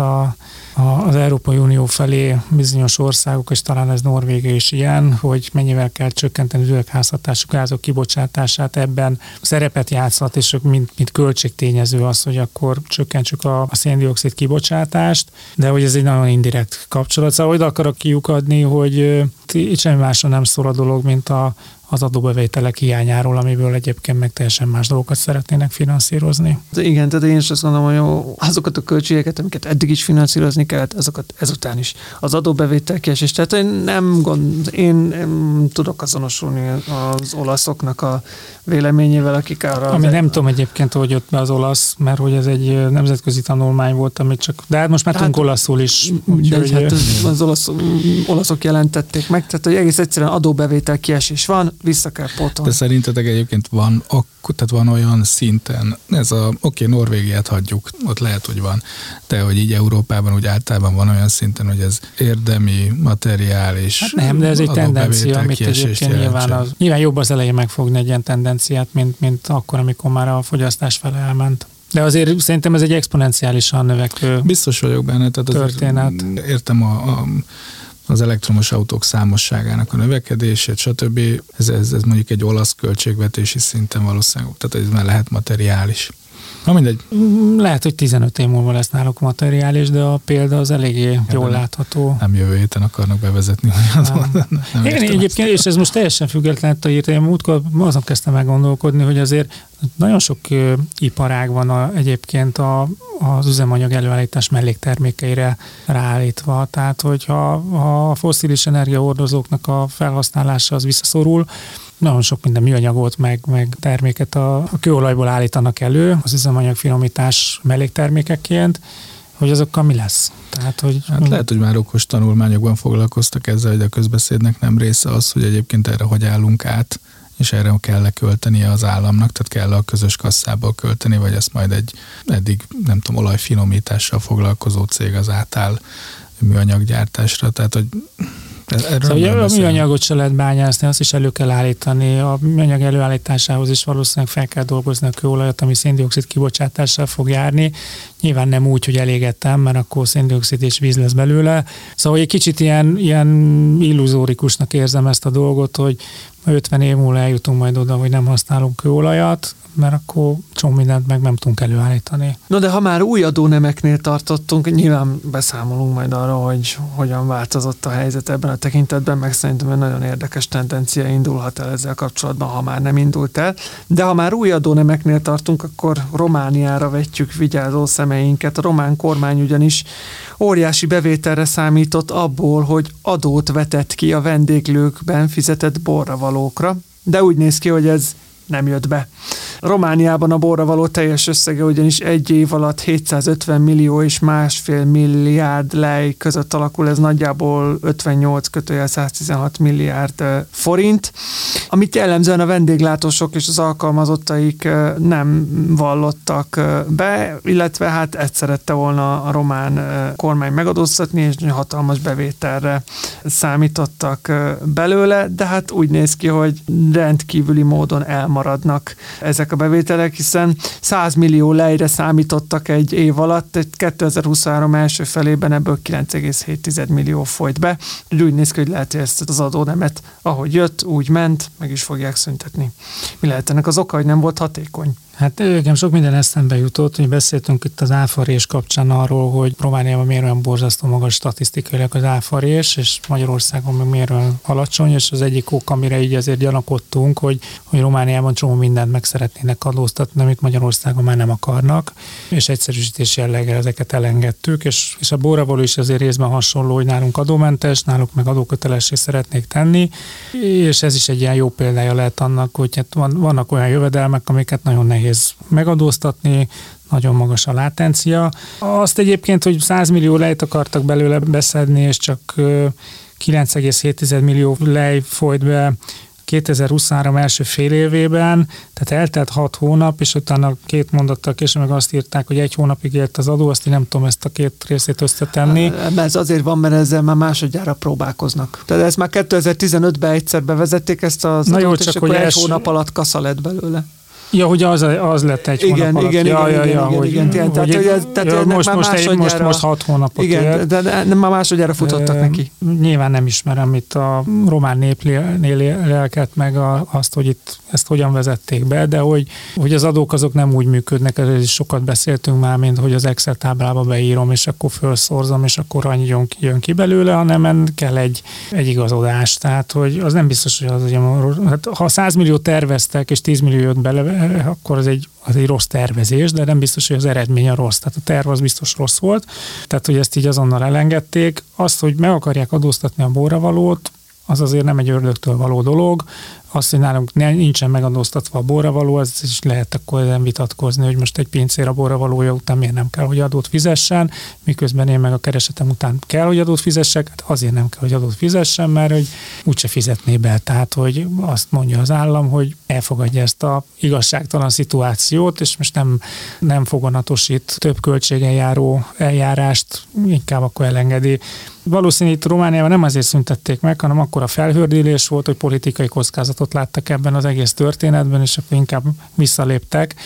az Európai Unió felé bizonyos országok, és talán ez Norvégia is ilyen, hogy mennyivel kell csökkenteni az üvegházhatású gázok kibocsátását, ebben szerepet játszhat, és mint költségtényező az, hogy akkor csökkentsük a széndioxid kibocsátást, de hogy ez egy nagyon indirekt kapcsolat. Szóval oda akarok kiukadni, hogy itt semmi másra nem szól a dolog, mint az adóbevételek hiányáról, amiből egyébként meg teljesen más dolgokat szeretnének finanszírozni. Igen, tehát én is azt gondolom, hogy jó, azokat a költségeket, amiket eddig is finanszírozni kellett, azokat ezután is. Az adóbevétel kiesés. Tehát én tudok azonosulni az olaszoknak a véleményével, akik arra... Ami nem tudom egyébként, hogy jött be az olasz, mert hogy ez egy nemzetközi tanulmány volt, amit csak... De hát most már tudunk olaszul is. Az olaszok jelentették meg, tehát hogy egész egyszerűen adóbevétel kiesés van, vissza kell pótolni. De szerintetek egyébként van olyan szinten, Norvégiát hagyjuk, ott lehet, hogy van, de hogy így Európában úgy általában van olyan szinten, hogy ez érdemi, materiális. Hát nem, de ez egy tendencia, amit egyébként nyilván jobb az elején megfogni egy ilyen tendenciát, mint akkor, amikor már a fogyasztás fele elment. De azért szerintem ez egy exponenciálisan növekvő biztos vagyok benne, tehát történet. Értem az elektromos autók számosságának a növekedését, stb. Ez mondjuk egy olasz költségvetési szinten valószínűleg, tehát ez már lehet materiális. Na mindegy. Lehet, hogy 15 év múlva lesz náluk materiális, de a példa az eléggé jól látható. Nem jövő héten akarnak bevezetni. Igen, egyébként, és ez most teljesen független a hírt. Én múltkor azon kezdtem el gondolkodni, hogy azért nagyon sok iparág van egyébként az üzemanyag előállítás melléktermékeire ráállítva. Tehát, hogyha a fosszilis energiahordozóknak a felhasználása az visszaszorul, nagyon sok minden műanyagot, meg terméket a kőolajból állítanak elő az üzemanyag finomítás melléktermékeként, hogy azokkal mi lesz? Tehát, hogy lehet, hogy már okos tanulmányokban foglalkoztak ezzel, hogy a közbeszédnek nem része az, hogy egyébként erre hogy állunk át, és erre kell költenie az államnak, tehát kell a közös kasszából költeni, vagy ezt majd egy eddig, nem tudom, olajfinomítással foglalkozó cég az átáll műanyaggyártásra, tehát hogy szóval a műanyagot se lehet bányászni, azt is elő kell állítani. A műanyag előállításához is valószínűleg fel kell dolgozni a kőolajat, ami széndioxid kibocsátással fog járni. Nyilván nem úgy, hogy elégettem, mert akkor széndioxid és víz lesz belőle. Szóval egy kicsit ilyen illuzórikusnak érzem ezt a dolgot, hogy 50 év múlva eljutunk majd oda, hogy nem használunk kőolajat, mert akkor csomó mindent meg nem tudunk előállítani. No, de ha már új adónemeknél tartottunk, nyilván beszámolunk majd arra, hogy hogyan változott a helyzet ebben a tekintetben, meg szerintem egy nagyon érdekes tendencia indulhat el ezzel kapcsolatban, ha már nem indult el. De ha már új adónemeknél tartunk, akkor Romániára vetjük vigyázó szemeinket. A román kormány ugyanis óriási bevételre számított abból, hogy adót vetett ki a vendéglőkben fizetett borravalókra, de úgy néz ki, hogy ez nem jött be. Romániában a borravaló teljes összege ugyanis egy év alatt 750 millió és 1,5 milliárd lej között alakul, ez nagyjából 58-116 milliárd forint, amit jellemzően a vendéglátósok és az alkalmazottaik nem vallottak be, illetve hát ezt szerette volna a román kormány megadóztatni, és hatalmas bevételre számítottak belőle, de hát úgy néz ki, hogy rendkívüli módon elmaradnak ezek a bevételek, hiszen 100 millió lejre számítottak egy év alatt, 2023 első felében ebből 9,7 millió folyt be. Úgy néz ki, hogy lehet, hogy ezt az adónemet, ahogy jött, úgy ment, meg is fogják szüntetni. Mi lehet ennek az oka, hogy nem volt hatékony? Hát nekem sok minden eszembe jutott, hogy beszéltünk itt az áfarés kapcsán arról, hogy Romániában miért olyan borzasztó magas statisztikailag az áfarés, és Magyarországon meg miért olyan alacsony, és az egyik ok, amire így azért gyanakodtunk, hogy Romániában csomó mindent meg szeretnének adóztatni, amit Magyarországon már nem akarnak, és egyszerűsítés jelleggel ezeket elengedtük, és a borravaló is azért részben hasonló, hogy nálunk adómentes, náluk meg adókötelessé szeretnék tenni, és ez is egy ilyen jó példája lehet annak, hogy hát vannak olyan jövedelmek, amiket nagyon nehéz megadóztatni, nagyon magas a látencia. Azt egyébként, hogy 100 millió lejt akartak belőle beszedni, és csak 9,7 millió lej folyt be 2023 első fél évében, tehát eltelt 6 hónap, és utána 2 mondattal később meg azt írták, hogy 1 hónapig élt az adó, azt én nem tudom ezt a 2 részét összetenni. Ez azért van, mert ezzel már másodjára próbálkoznak. Tehát ezt már 2015-ben egyszer bevezették ezt az adót, és akkor 1 hónap alatt kasza lett belőle. Ja, hogy az lett 1 hónap alatt. Igen. Most 6 hónapot élt. De már másodjára futottak neki. Nyilván nem ismerem itt a román népnél lelket, meg azt, hogy itt ezt hogyan vezették be, de hogy az adók azok nem úgy működnek, erről is sokat beszéltünk már, mint hogy az Excel táblába beírom, és akkor felszorzom, és akkor annyi jön ki belőle, hanem kell egy igazodás. Tehát, hogy az nem biztos, hogy az, hát, ha 100 millió terveztek, és 10 millió jött bele, akkor az egy rossz tervezés, de nem biztos, hogy az eredmény a rossz. Tehát a terv az biztos rossz volt. Tehát, hogy ezt így azonnal elengedték. Azt, hogy meg akarják adóztatni a borravalót, az azért nem egy ördögtől való dolog. Azt, hogy nálunk nincsen megadóztatva a borravaló, ez is lehet akkor nem vitatkozni, hogy most egy pincér a borravalója után miért nem kell, hogy adót fizessen, miközben én meg a keresetem után kell, hogy adót fizessek, hát azért nem kell, hogy adót fizessen, mert hogy úgyse fizetné be. Tehát, hogy azt mondja az állam, hogy elfogadja ezt a igazságtalan szituációt, és most nem foganatosít több költségen járó eljárást, inkább akkor elengedi. Valószínűleg itt Romániában nem azért szüntették meg, hanem akkor a felhördülés volt, hogy politikai kockázatot láttak ebben az egész történetben, és akkor inkább visszaléptek.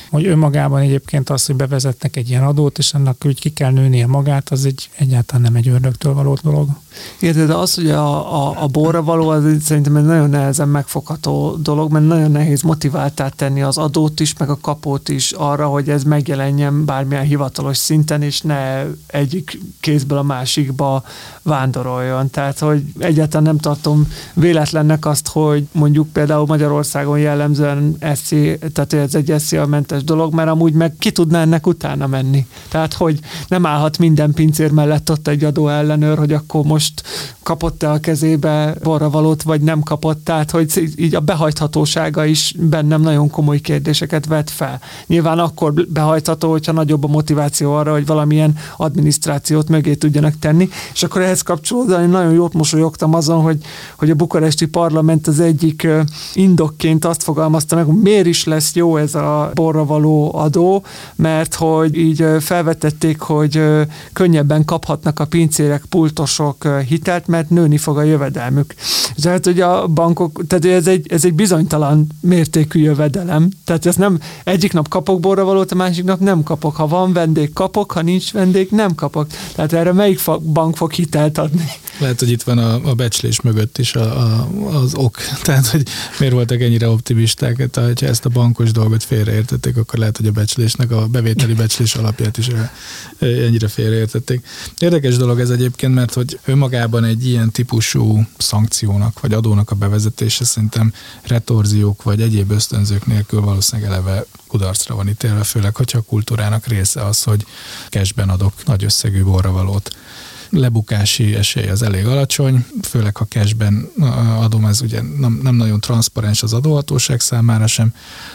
hogy önmagában egyébként az, hogy bevezetnek egy ilyen adót, és annak úgy ki kell nőnie magát, az egyáltalán nem egy ördögtől való dolog. Érted, de az, hogy a borra való, az szerintem egy nagyon nehezen megfogható dolog, mert nagyon nehéz motiváltá tenni az adót is, meg a kapót is arra, hogy ez megjelenjen bármilyen hivatalos szinten, és ne egyik kézből a másikba vándoroljon. Tehát, hogy egyáltalán nem tartom véletlennek azt, hogy mondjuk például Magyarországon jellemzően tehát ez egy SZIA-mentes dolog, mert amúgy meg ki tudná ennek utána menni. Tehát, hogy nem állhat minden pincér mellett ott egy adóellenőr, hogy akkor most kapott-e a kezébe borravalót, vagy nem kapott, tehát hogy így a behajthatósága is bennem nagyon komoly kérdéseket vet fel. Nyilván akkor behajtható, hogyha nagyobb a motiváció arra, hogy valamilyen adminisztrációt mögé tudjanak tenni, és akkor ehhez kapcsolódóan nagyon jót mosolyogtam azon, hogy a bukaresti parlament az egyik indokként azt fogalmazta meg, hogy miért is lesz jó ez a borravaló adó, mert hogy így felvetették, hogy könnyebben kaphatnak a pincérek, pultosok hitelt, mert nőni fog a jövedelmük. Tehát, hogy a bankok, tehát ez egy bizonytalan mértékű jövedelem. Tehát ez nem egyik nap kapok borravalót, a másik nap nem kapok. Ha van vendég, kapok, ha nincs vendég, nem kapok. Tehát erre melyik bank fog hitelt adni? Lehet, hogy itt van a becslés mögött is az ok. Tehát, hogy miért voltak ennyire optimisták, ha ezt a bankos dolgot félreértették, akkor lehet, hogy a becslésnek, a bevételi becslés alapját is ennyire félreértették. Érdekes dolog ez egyébként, mert hogy önmagában egy ilyen típusú szankciónak, vagy adónak a bevezetése szerintem retorziók, vagy egyéb ösztönzők nélkül valószínűleg eleve kudarcra van ítélve, főleg, hogyha a kultúrának része az, hogy cashben adok nagy összegű borravalót. Lebukási esély az elég alacsony, főleg ha cashben adom, ez ugye nem nagyon transzparens az adóhatóság számára sem.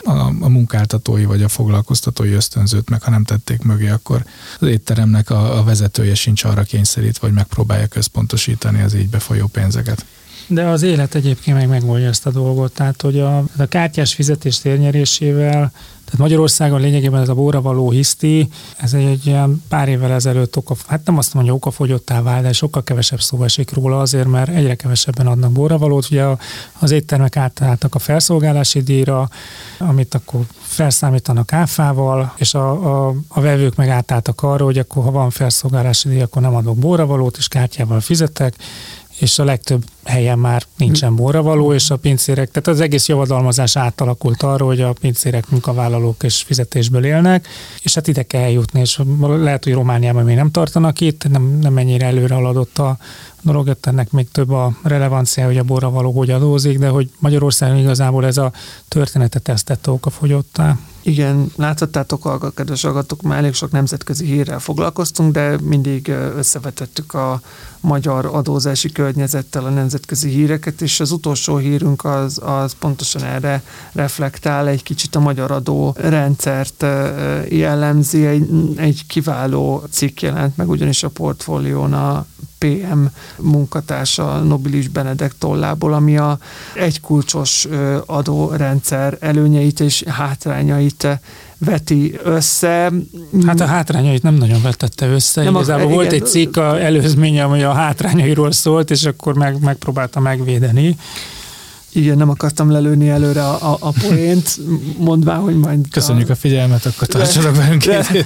A munkáltatói vagy a foglalkoztatói ösztönzőt meg, ha nem tették mögé, akkor az étteremnek a vezetője sincs arra kényszerítve, vagy megpróbálja központosítani az így befolyó pénzeket. De az élet egyébként megoldja ezt a dolgot, tehát hogy a kártyás fizetés térnyerésével, tehát Magyarországon lényegében ez a borravaló hiszti, ez egy ilyen pár évvel ezelőtt hát nem azt mondja, okafogyottá vált, de sokkal kevesebb szó esik róla azért, mert egyre kevesebben adnak borravalót. Ugye az éttermek átálltak a felszolgálási díjra, amit akkor felszámítanak áfával, és a vevők meg átálltak arra, hogy akkor ha van felszolgálási díj, akkor nem adok borravalót, és kártyával fizetek, és a legtöbb helyen már nincsen borravaló, és a pincérek, tehát az egész javadalmazás átalakult arra, hogy a pincérek munkavállalók és fizetésből élnek, és hát ide kell eljutni, és lehet, hogy Romániában még nem tartanak itt, nem ennyire előre haladott a dolog, ennek még több a relevancia, hogy a borravaló hogy adózik, de hogy Magyarországon igazából ez a történetet tesztette okafogyottá. Igen, láthattátok, kedves hallgatók, már elég sok nemzetközi hírrel foglalkoztunk, de mindig összevetettük a magyar adózási környezettel a nemzetközi híreket, és az utolsó hírünk az pontosan erre reflektál, egy kicsit a magyar adórendszert jellemzi, egy kiváló cikk jelent meg, ugyanis a Portfólión a PM munkatársa Nobilis Benedek tollából, ami a egykulcsos adórendszer előnyeit és hátrányait veti össze. Hát a hátrányait nem nagyon vetette össze. Igazából volt egy cikk előzménye, ami a hátrányairól szólt, és akkor megpróbálta megvédeni. Igen, nem akartam lelőni előre a poént, mondván, hogy majd... Köszönjük a figyelmet, akkor tartsanak velünk.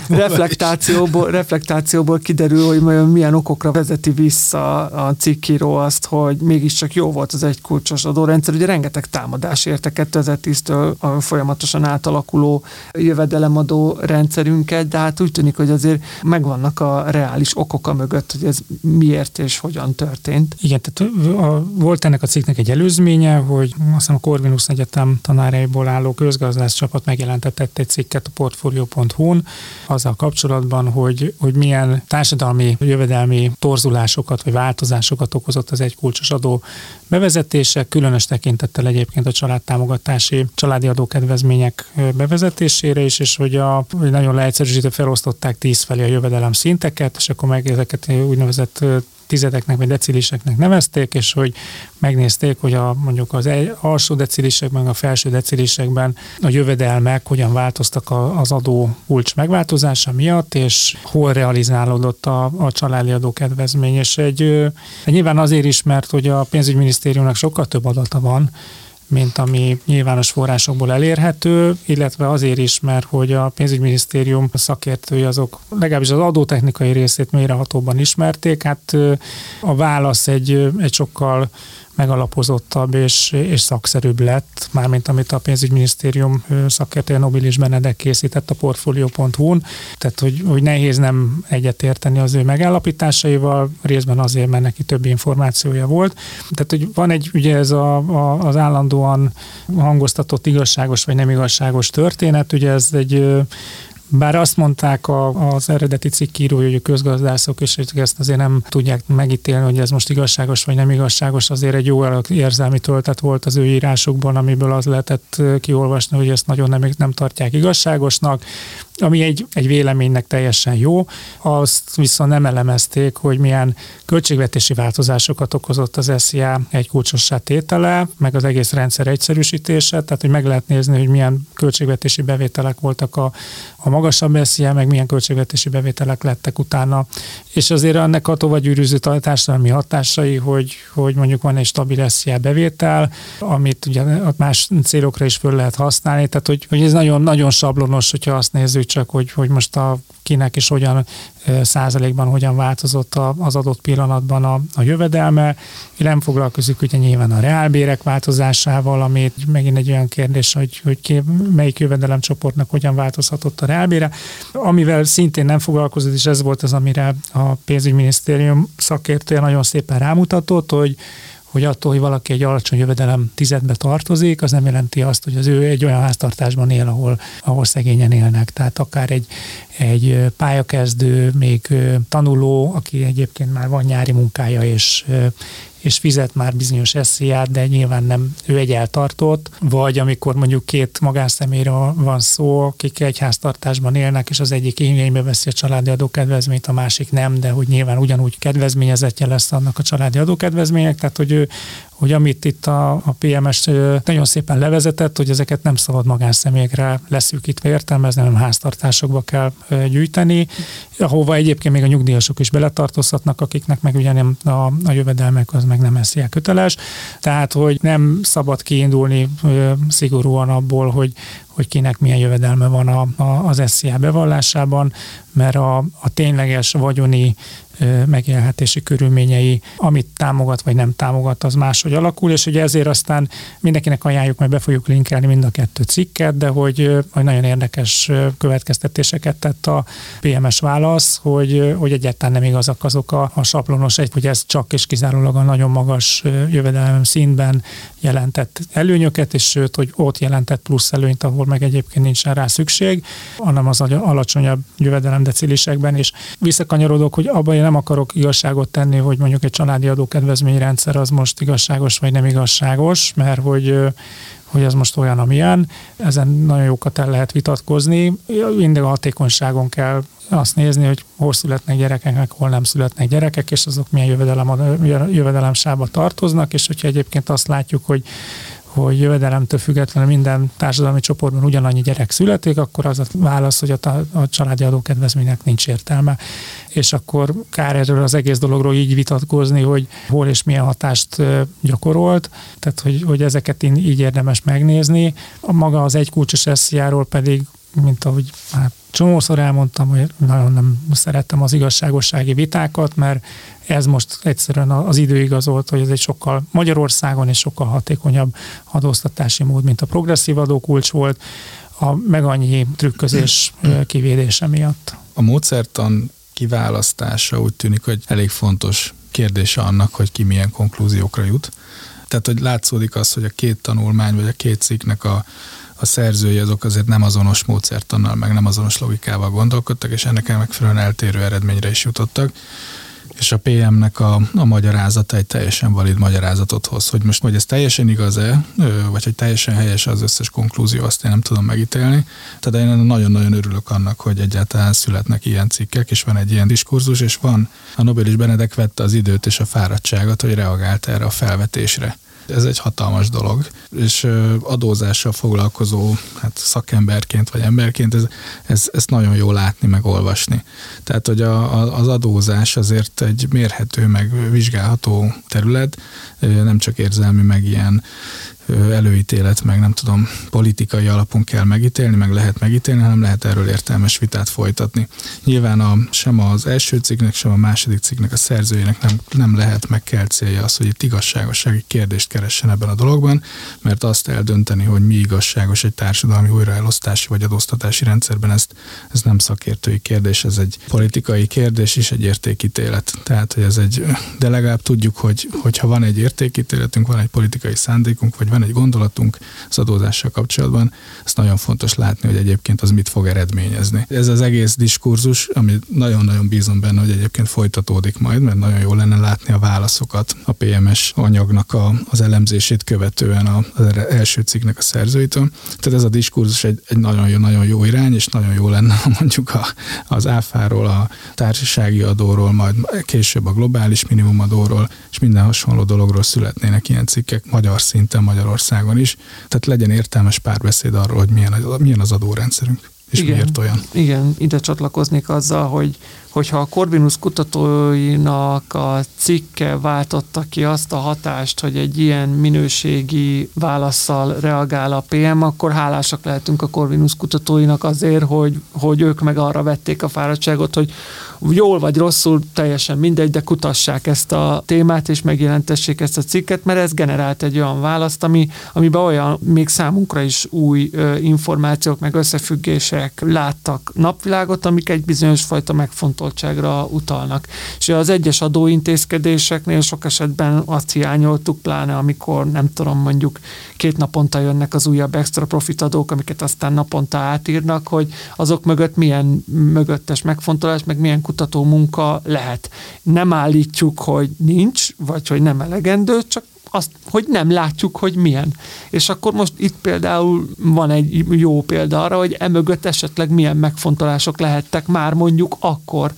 Reflektációból kiderül, hogy milyen okokra vezeti vissza a cikkíró azt, hogy mégiscsak jó volt az egykulcsos adórendszer. Ugye rengeteg támadás érte 2010-től folyamatosan átalakuló jövedelemadó rendszerünket, de hát úgy tűnik, hogy azért megvannak a reális okok a mögött, hogy ez miért és hogyan történt. Igen, tehát volt ennek a cikknek egy előzménye, hogy azt hiszem a Corvinus Egyetem tanáraiból álló közgazdász csapat megjelentetett egy cikket a portfolio.hu-n azzal kapcsolatban, hogy milyen társadalmi jövedelmi torzulásokat vagy változásokat okozott az egykulcsos adó bevezetése, különös tekintettel egyébként a családtámogatási, családi adókedvezmények bevezetésére is, és hogy nagyon leegyszerűsítve felosztották 10 felé a jövedelem szinteket, és akkor meg ezeket úgynevezett tizedeknek vagy deciliseknek nevezték, és hogy megnézték, hogy mondjuk az alsó decilisekben, a felső decilisekben a jövedelmek hogyan változtak az adó kulcs megváltozása miatt, és hol realizálódott a családi adókedvezmény. És nyilván azért is, mert hogy a pénzügyminisztériumnak sokkal több adata van, mint ami nyilvános forrásokból elérhető, illetve azért is, mert hogy a pénzügyminisztérium szakértői azok legalábbis az adótechnikai részét mélyrehatóban ismerték. Hát a válasz egy sokkal megalapozottabb és szakszerűbb lett, mármint amit a pénzügyminisztérium szakértője Nobilis Benedek készített a Portfolio.hu-n. Tehát, hogy nehéz nem egyetérteni az ő megállapításaival, részben azért, mert neki több információja volt. Tehát, hogy van egy, ugye ez az állandóan hangoztatott igazságos vagy nem igazságos történet, ugye ez egy bár azt mondták az eredeti cikkírói, hogy a közgazdászok, és ezt azért nem tudják megítélni, hogy ez most igazságos vagy nem igazságos, azért egy jó érzelmi töltet volt az ő írásukban, amiből az lehetett kiolvasni, hogy ezt nagyon nem tartják igazságosnak, ami egy véleménynek teljesen jó. Azt viszont nem elemezték, hogy milyen költségvetési változásokat okozott az SZIA egy kulcsossá tétele, meg az egész rendszer egyszerűsítése, tehát hogy meg lehet nézni, hogy milyen költségvetési bevételek voltak a magasabb SZIA, meg milyen költségvetési bevételek lettek utána. És azért ennek a tovagyűrűző társadalmi hatásai, hogy mondjuk van egy stabil SZIA bevétel, amit ugye más célokra is föl lehet használni, tehát hogy ez nagyon, nagyon sablonos, hogyha azt nézzük csak, hogy most kinek és hogyan százalékban hogyan változott az adott pillanatban a jövedelme. Nem foglalkozik ugye nyilván a reálbérek változásával, ami megint egy olyan kérdés, hogy melyik jövedelemcsoportnak hogyan változhatott a reálbére. Amivel szintén nem foglalkozott, és ez volt az, amire a pénzügyminisztérium szakértője nagyon szépen rámutatott, hogy attól, hogy valaki egy alacsony jövedelem tizedbe tartozik, az nem jelenti azt, hogy az ő egy olyan háztartásban él, ahol szegényen élnek. Tehát akár egy pályakezdő, még tanuló, aki egyébként már van nyári munkája, és fizet már bizonyos SZIA-t, de nyilván nem ő egy eltartott, vagy amikor mondjuk két magánszemélyről van szó, akik egy háztartásban élnek, és az egyik igénybe veszi a családi adókedvezményt, a másik nem, de hogy nyilván ugyanúgy kedvezményezettje lesz annak a családi adókedvezmények, tehát hogy amit itt a PMS nagyon szépen levezetett, hogy ezeket nem szabad magánszemélyekre leszűkítve értelmezni, hanem háztartásokba kell gyűjteni, ahova egyébként még a nyugdíjasok is beletartozhatnak, akiknek meg ugye nem a jövedelmek az meg nem SZIA köteles. Tehát, hogy nem szabad kiindulni szigorúan abból, hogy kinek milyen jövedelme van az SZIA bevallásában, mert a tényleges vagyoni megélhetési körülményei, amit támogat vagy nem támogat, az máshogy alakul, és ugye ezért aztán mindenkinek ajánljuk, majd be fogjuk linkelni mind a 2 cikket, de hogy nagyon érdekes következtetéseket tett a PMS válasz, hogy egyáltalán nem igazak azok a sablonos, hogy ez csak és kizárólag a nagyon magas jövedelem szintben jelentett előnyöket, és sőt, hogy ott jelentett plusz előnyt, ahol meg egyébként nincsen rá szükség, hanem az alacsonyabb jövedelemdecilisekben is. Visszakanyarodok, hogy abban én nem akarok igazságot tenni, hogy mondjuk egy családi adókedvezményrendszer az most igazságos vagy nem igazságos, mert hogy ez most olyan, amilyen. Ezen nagyon jókat el lehet vitatkozni. Mindig a hatékonyságon kell azt nézni, hogy hol születnek gyerekek, hol nem születnek gyerekek, és azok milyen jövedelemsába tartoznak, és hogyha egyébként azt látjuk, hogy jövedelemtől függetlenül minden társadalmi csoportban ugyanannyi gyerek születik, akkor az a válasz, hogy a családi adókedvezménynek nincs értelme. És akkor kár erről az egész dologról így vitatkozni, hogy hol és milyen hatást gyakorolt, tehát hogy ezeket így érdemes megnézni. Maga az egykulcsos SZIA-ról pedig, mint ahogy már csomószor elmondtam, hogy nagyon nem szerettem az igazságossági vitákat, mert ez most egyszerűen az idő igazolt, hogy ez egy sokkal Magyarországon és sokkal hatékonyabb adóztatási mód, mint a progresszív adókulcs volt, meg annyi trükközés kivédése miatt. A módszertan kiválasztása úgy tűnik, hogy elég fontos kérdése annak, hogy ki milyen konklúziókra jut. Tehát, hogy látszódik az, hogy a 2 tanulmány vagy a 2 cikknek a szerzői azok azért nem azonos módszertannal, meg nem azonos logikával gondolkodtak, és ennek megfelelően eltérő eredményre is jutottak. És a PM-nek a magyarázata egy teljesen valid magyarázatot hoz, hogy most, hogy ez teljesen igaz-e, vagy hogy teljesen helyes az összes konklúzió, azt én nem tudom megítélni. Tehát én nagyon-nagyon örülök annak, hogy egyáltalán születnek ilyen cikkek, és van egy ilyen diskurzus, és van. A Nobilis Benedek vette az időt és a fáradtságot, hogy reagált erre a felvetésre. Ez egy hatalmas dolog, és adózással foglalkozó szakemberként vagy emberként ezt nagyon jó látni, meg olvasni. Tehát, hogy az adózás azért egy mérhető, meg vizsgálható terület, nem csak érzelmi, meg ilyen előítélet, meg nem tudom, politikai alapon kell megítélni, meg lehet megítélni, hanem lehet erről értelmes vitát folytatni. Nyilván sem az első cikknek, sem a második cikknek a szerzőjének nem lehet, meg kell célja az, hogy itt igazságossági kérdést keressen ebben a dologban, mert azt eldönteni, hogy mi igazságos egy társadalmi újraelosztási vagy adóztatási rendszerben, ez nem szakértői kérdés, ez egy politikai kérdés és egy értékítélet. Tehát, hogy de legalább tudjuk, hogy ha van egy értékítéletünk, van egy politikai szándékunk, vagy van egy gondolatunk az adózással kapcsolatban, ezt nagyon fontos látni, hogy egyébként az mit fog eredményezni. Ez az egész diskurzus, ami nagyon-nagyon bízom benne, hogy egyébként folytatódik majd, mert nagyon jó lenne látni a válaszokat a PMS anyagnak az elemzését követően az első cikknek a szerzőitől. Tehát ez a diskurzus egy nagyon jó irány, és nagyon jó lenne, mondjuk az áfáról, a társasági adóról, majd később a globális minimumadóról, és minden hasonló dologról születnének ilyen cikkek magyar szinten, Magyarországon is. Tehát legyen értelmes párbeszéd arról, hogy milyen az adórendszerünk, és igen, miért olyan. Igen, ide csatlakoznék azzal, hogyha a Corvinus kutatóinak a cikke váltotta ki azt a hatást, hogy egy ilyen minőségi válasszal reagál a PM, akkor hálásak lehetünk a Corvinus kutatóinak azért, hogy ők meg arra vették a fáradtságot, hogy jól vagy rosszul, teljesen mindegy, de kutassák ezt a témát, és megjelentessék ezt a cikket, mert ez generált egy olyan választ, amiben olyan még számunkra is új információk, meg összefüggések láttak napvilágot, amik egy bizonyos fajta megfontoltságra utalnak. És az egyes adóintézkedéseknél sok esetben azt hiányoltuk, pláne amikor, nem tudom, mondjuk 2 naponta jönnek az újabb extra profit adók, amiket aztán naponta átírnak, hogy azok mögött milyen mögöttes megfontolás, meg milyen kutató munka lehet. Nem állítjuk, hogy nincs, vagy hogy nem elegendő, csak azt, hogy nem látjuk, hogy milyen. És akkor most itt például van egy jó példa arra, hogy emögött esetleg milyen megfontolások lehettek már mondjuk akkor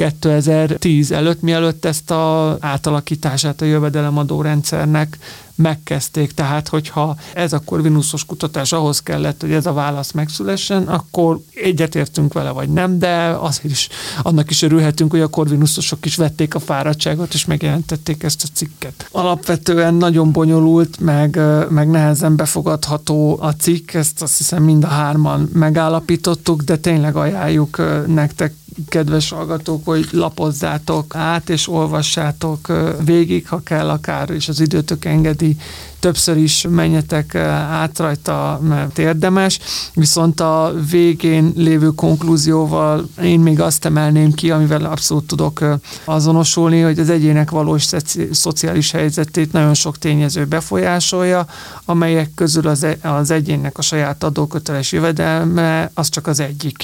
2010 előtt, mielőtt ezt az átalakítását a jövedelemadórendszernek megkezdték. Tehát, hogyha ez a Corvinusos kutatás ahhoz kellett, hogy ez a válasz megszülessen, akkor egyetértünk vele, vagy nem, de azért is, annak is örülhetünk, hogy a Corvinusosok is vették a fáradtságot, és megjelentették ezt a cikket. Alapvetően nagyon bonyolult, meg nehezen befogadható a cikk, ezt azt hiszem mind a 3-an megállapítottuk, de tényleg ajánljuk nektek, kedves hallgatók, hogy lapozzátok át, és olvassátok végig, ha kell akár, és az időtök engedi, többször is menjetek át rajta, mert érdemes. Viszont a végén lévő konklúzióval én még azt emelném ki, amivel abszolút tudok azonosulni, hogy az egyének valós szociális helyzetét nagyon sok tényező befolyásolja, amelyek közül az egyénnek a saját adóköteles jövedelme az csak az egyik.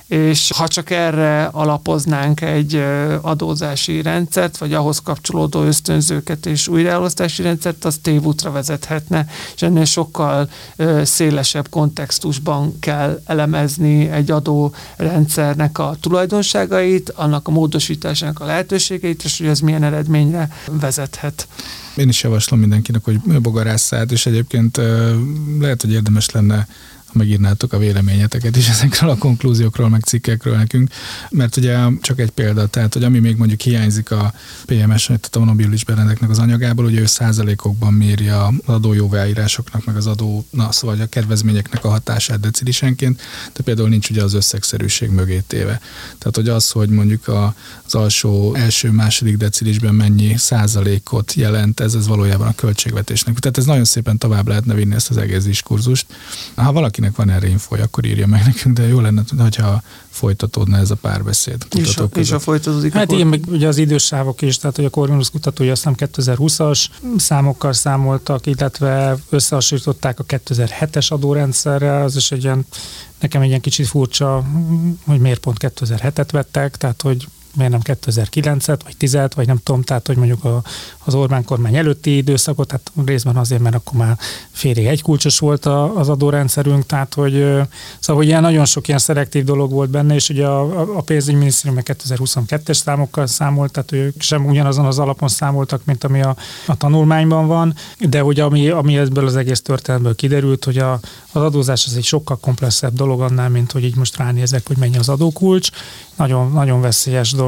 És ha csak erre alapoznánk egy adózási rendszert, vagy ahhoz kapcsolódó ösztönzőket és újraelosztási rendszert, az tévútra vezethetne, és ennél sokkal szélesebb kontextusban kell elemezni egy adórendszernek a tulajdonságait, annak a módosításának a lehetőségeit, és hogy ez milyen eredményre vezethet. Én is javaslom mindenkinek, hogy bogarássz át, és egyébként lehet, hogy érdemes lenne, megírnátok a véleményeteket is ezekről a konklúziókról, meg cikkekről nekünk, mert ugye csak egy példa, tehát, hogy ami még mondjuk hiányzik a PMS, tehát a monobilis berendeknek az anyagából, ugye ő százalékokban méri az adójóváírásoknak, meg szóval a kedvezményeknek a hatását decilisenként, de például nincs ugye az összegszerűség mögé téve. Tehát, hogy az, hogy mondjuk az első-második decilisben mennyi százalékot jelent, ez valójában a költségvetésnek. Tehát ez nagyon szépen tovább lehetne vinni ezt az egész diskurzust. Ha valakinek van erre infója, akkor írja meg nekünk, de jó lenne, hogyha folytatódna ez a párbeszéd. És a folytatódik. Hát igen, meg ugye az idősávok is, tehát hogy a Corvinus kutatói azt hiszem 2020-as számokkal számoltak, illetve összehasonlították a 2007-es adórendszerrel, az is nekem egy ilyen kicsit furcsa, hogy miért pont 2007-et vettek, tehát hogy miért nem 2009-et, vagy 10-et, vagy nem tudom, tehát hogy mondjuk az Orbán kormány előtti időszakot, tehát részben azért, mert akkor már félig egykulcsos volt az adórendszerünk, tehát hogy ilyen nagyon sok ilyen szelektív dolog volt benne, és ugye a pénzügyminisztérium 2022-es számokkal számolt, tehát ők sem ugyanazon az alapon számoltak, mint ami a tanulmányban van, de hogy ami ebből az egész történetből kiderült, hogy az adózás az egy sokkal komplexebb dolog annál, mint hogy így most ránézek, hogy mennyi az adókulcs. Nagyon, nagyon veszélyes dolog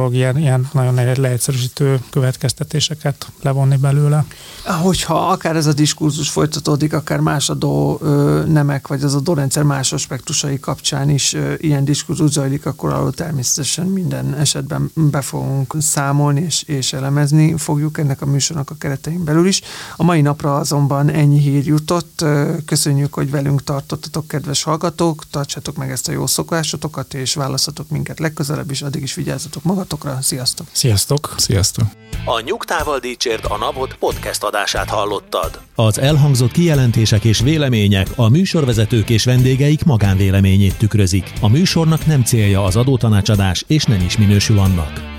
dolog ilyen nagyon leegyszerűsítő következtetéseket levonni belőle. Hogyha akár ez a diskurzus folytatódik, akár más adó nemek, vagy az adórendszer más aspektusai kapcsán is ilyen diskurzus zajlik, akkor arról természetesen minden esetben be fogunk számolni és elemezni fogjuk ennek a műsornak a keretein belül is. A mai napra azonban ennyi hír jutott. Köszönjük, hogy velünk tartottatok, kedves hallgatók, tartsátok meg ezt a jó szokásotokat, és választatok minket legközelebb is, addig is vigyázzatok magatokra. Sziasztok! Sziasztok! Sziasztok! A Nyugtával dicsért a napot podcast adását hallottad. Az elhangzott kijelentések és vélemények a műsorvezetők és vendégeik magánvéleményét tükrözik. A műsornak nem célja az adótanácsadás, és nem is minősül annak.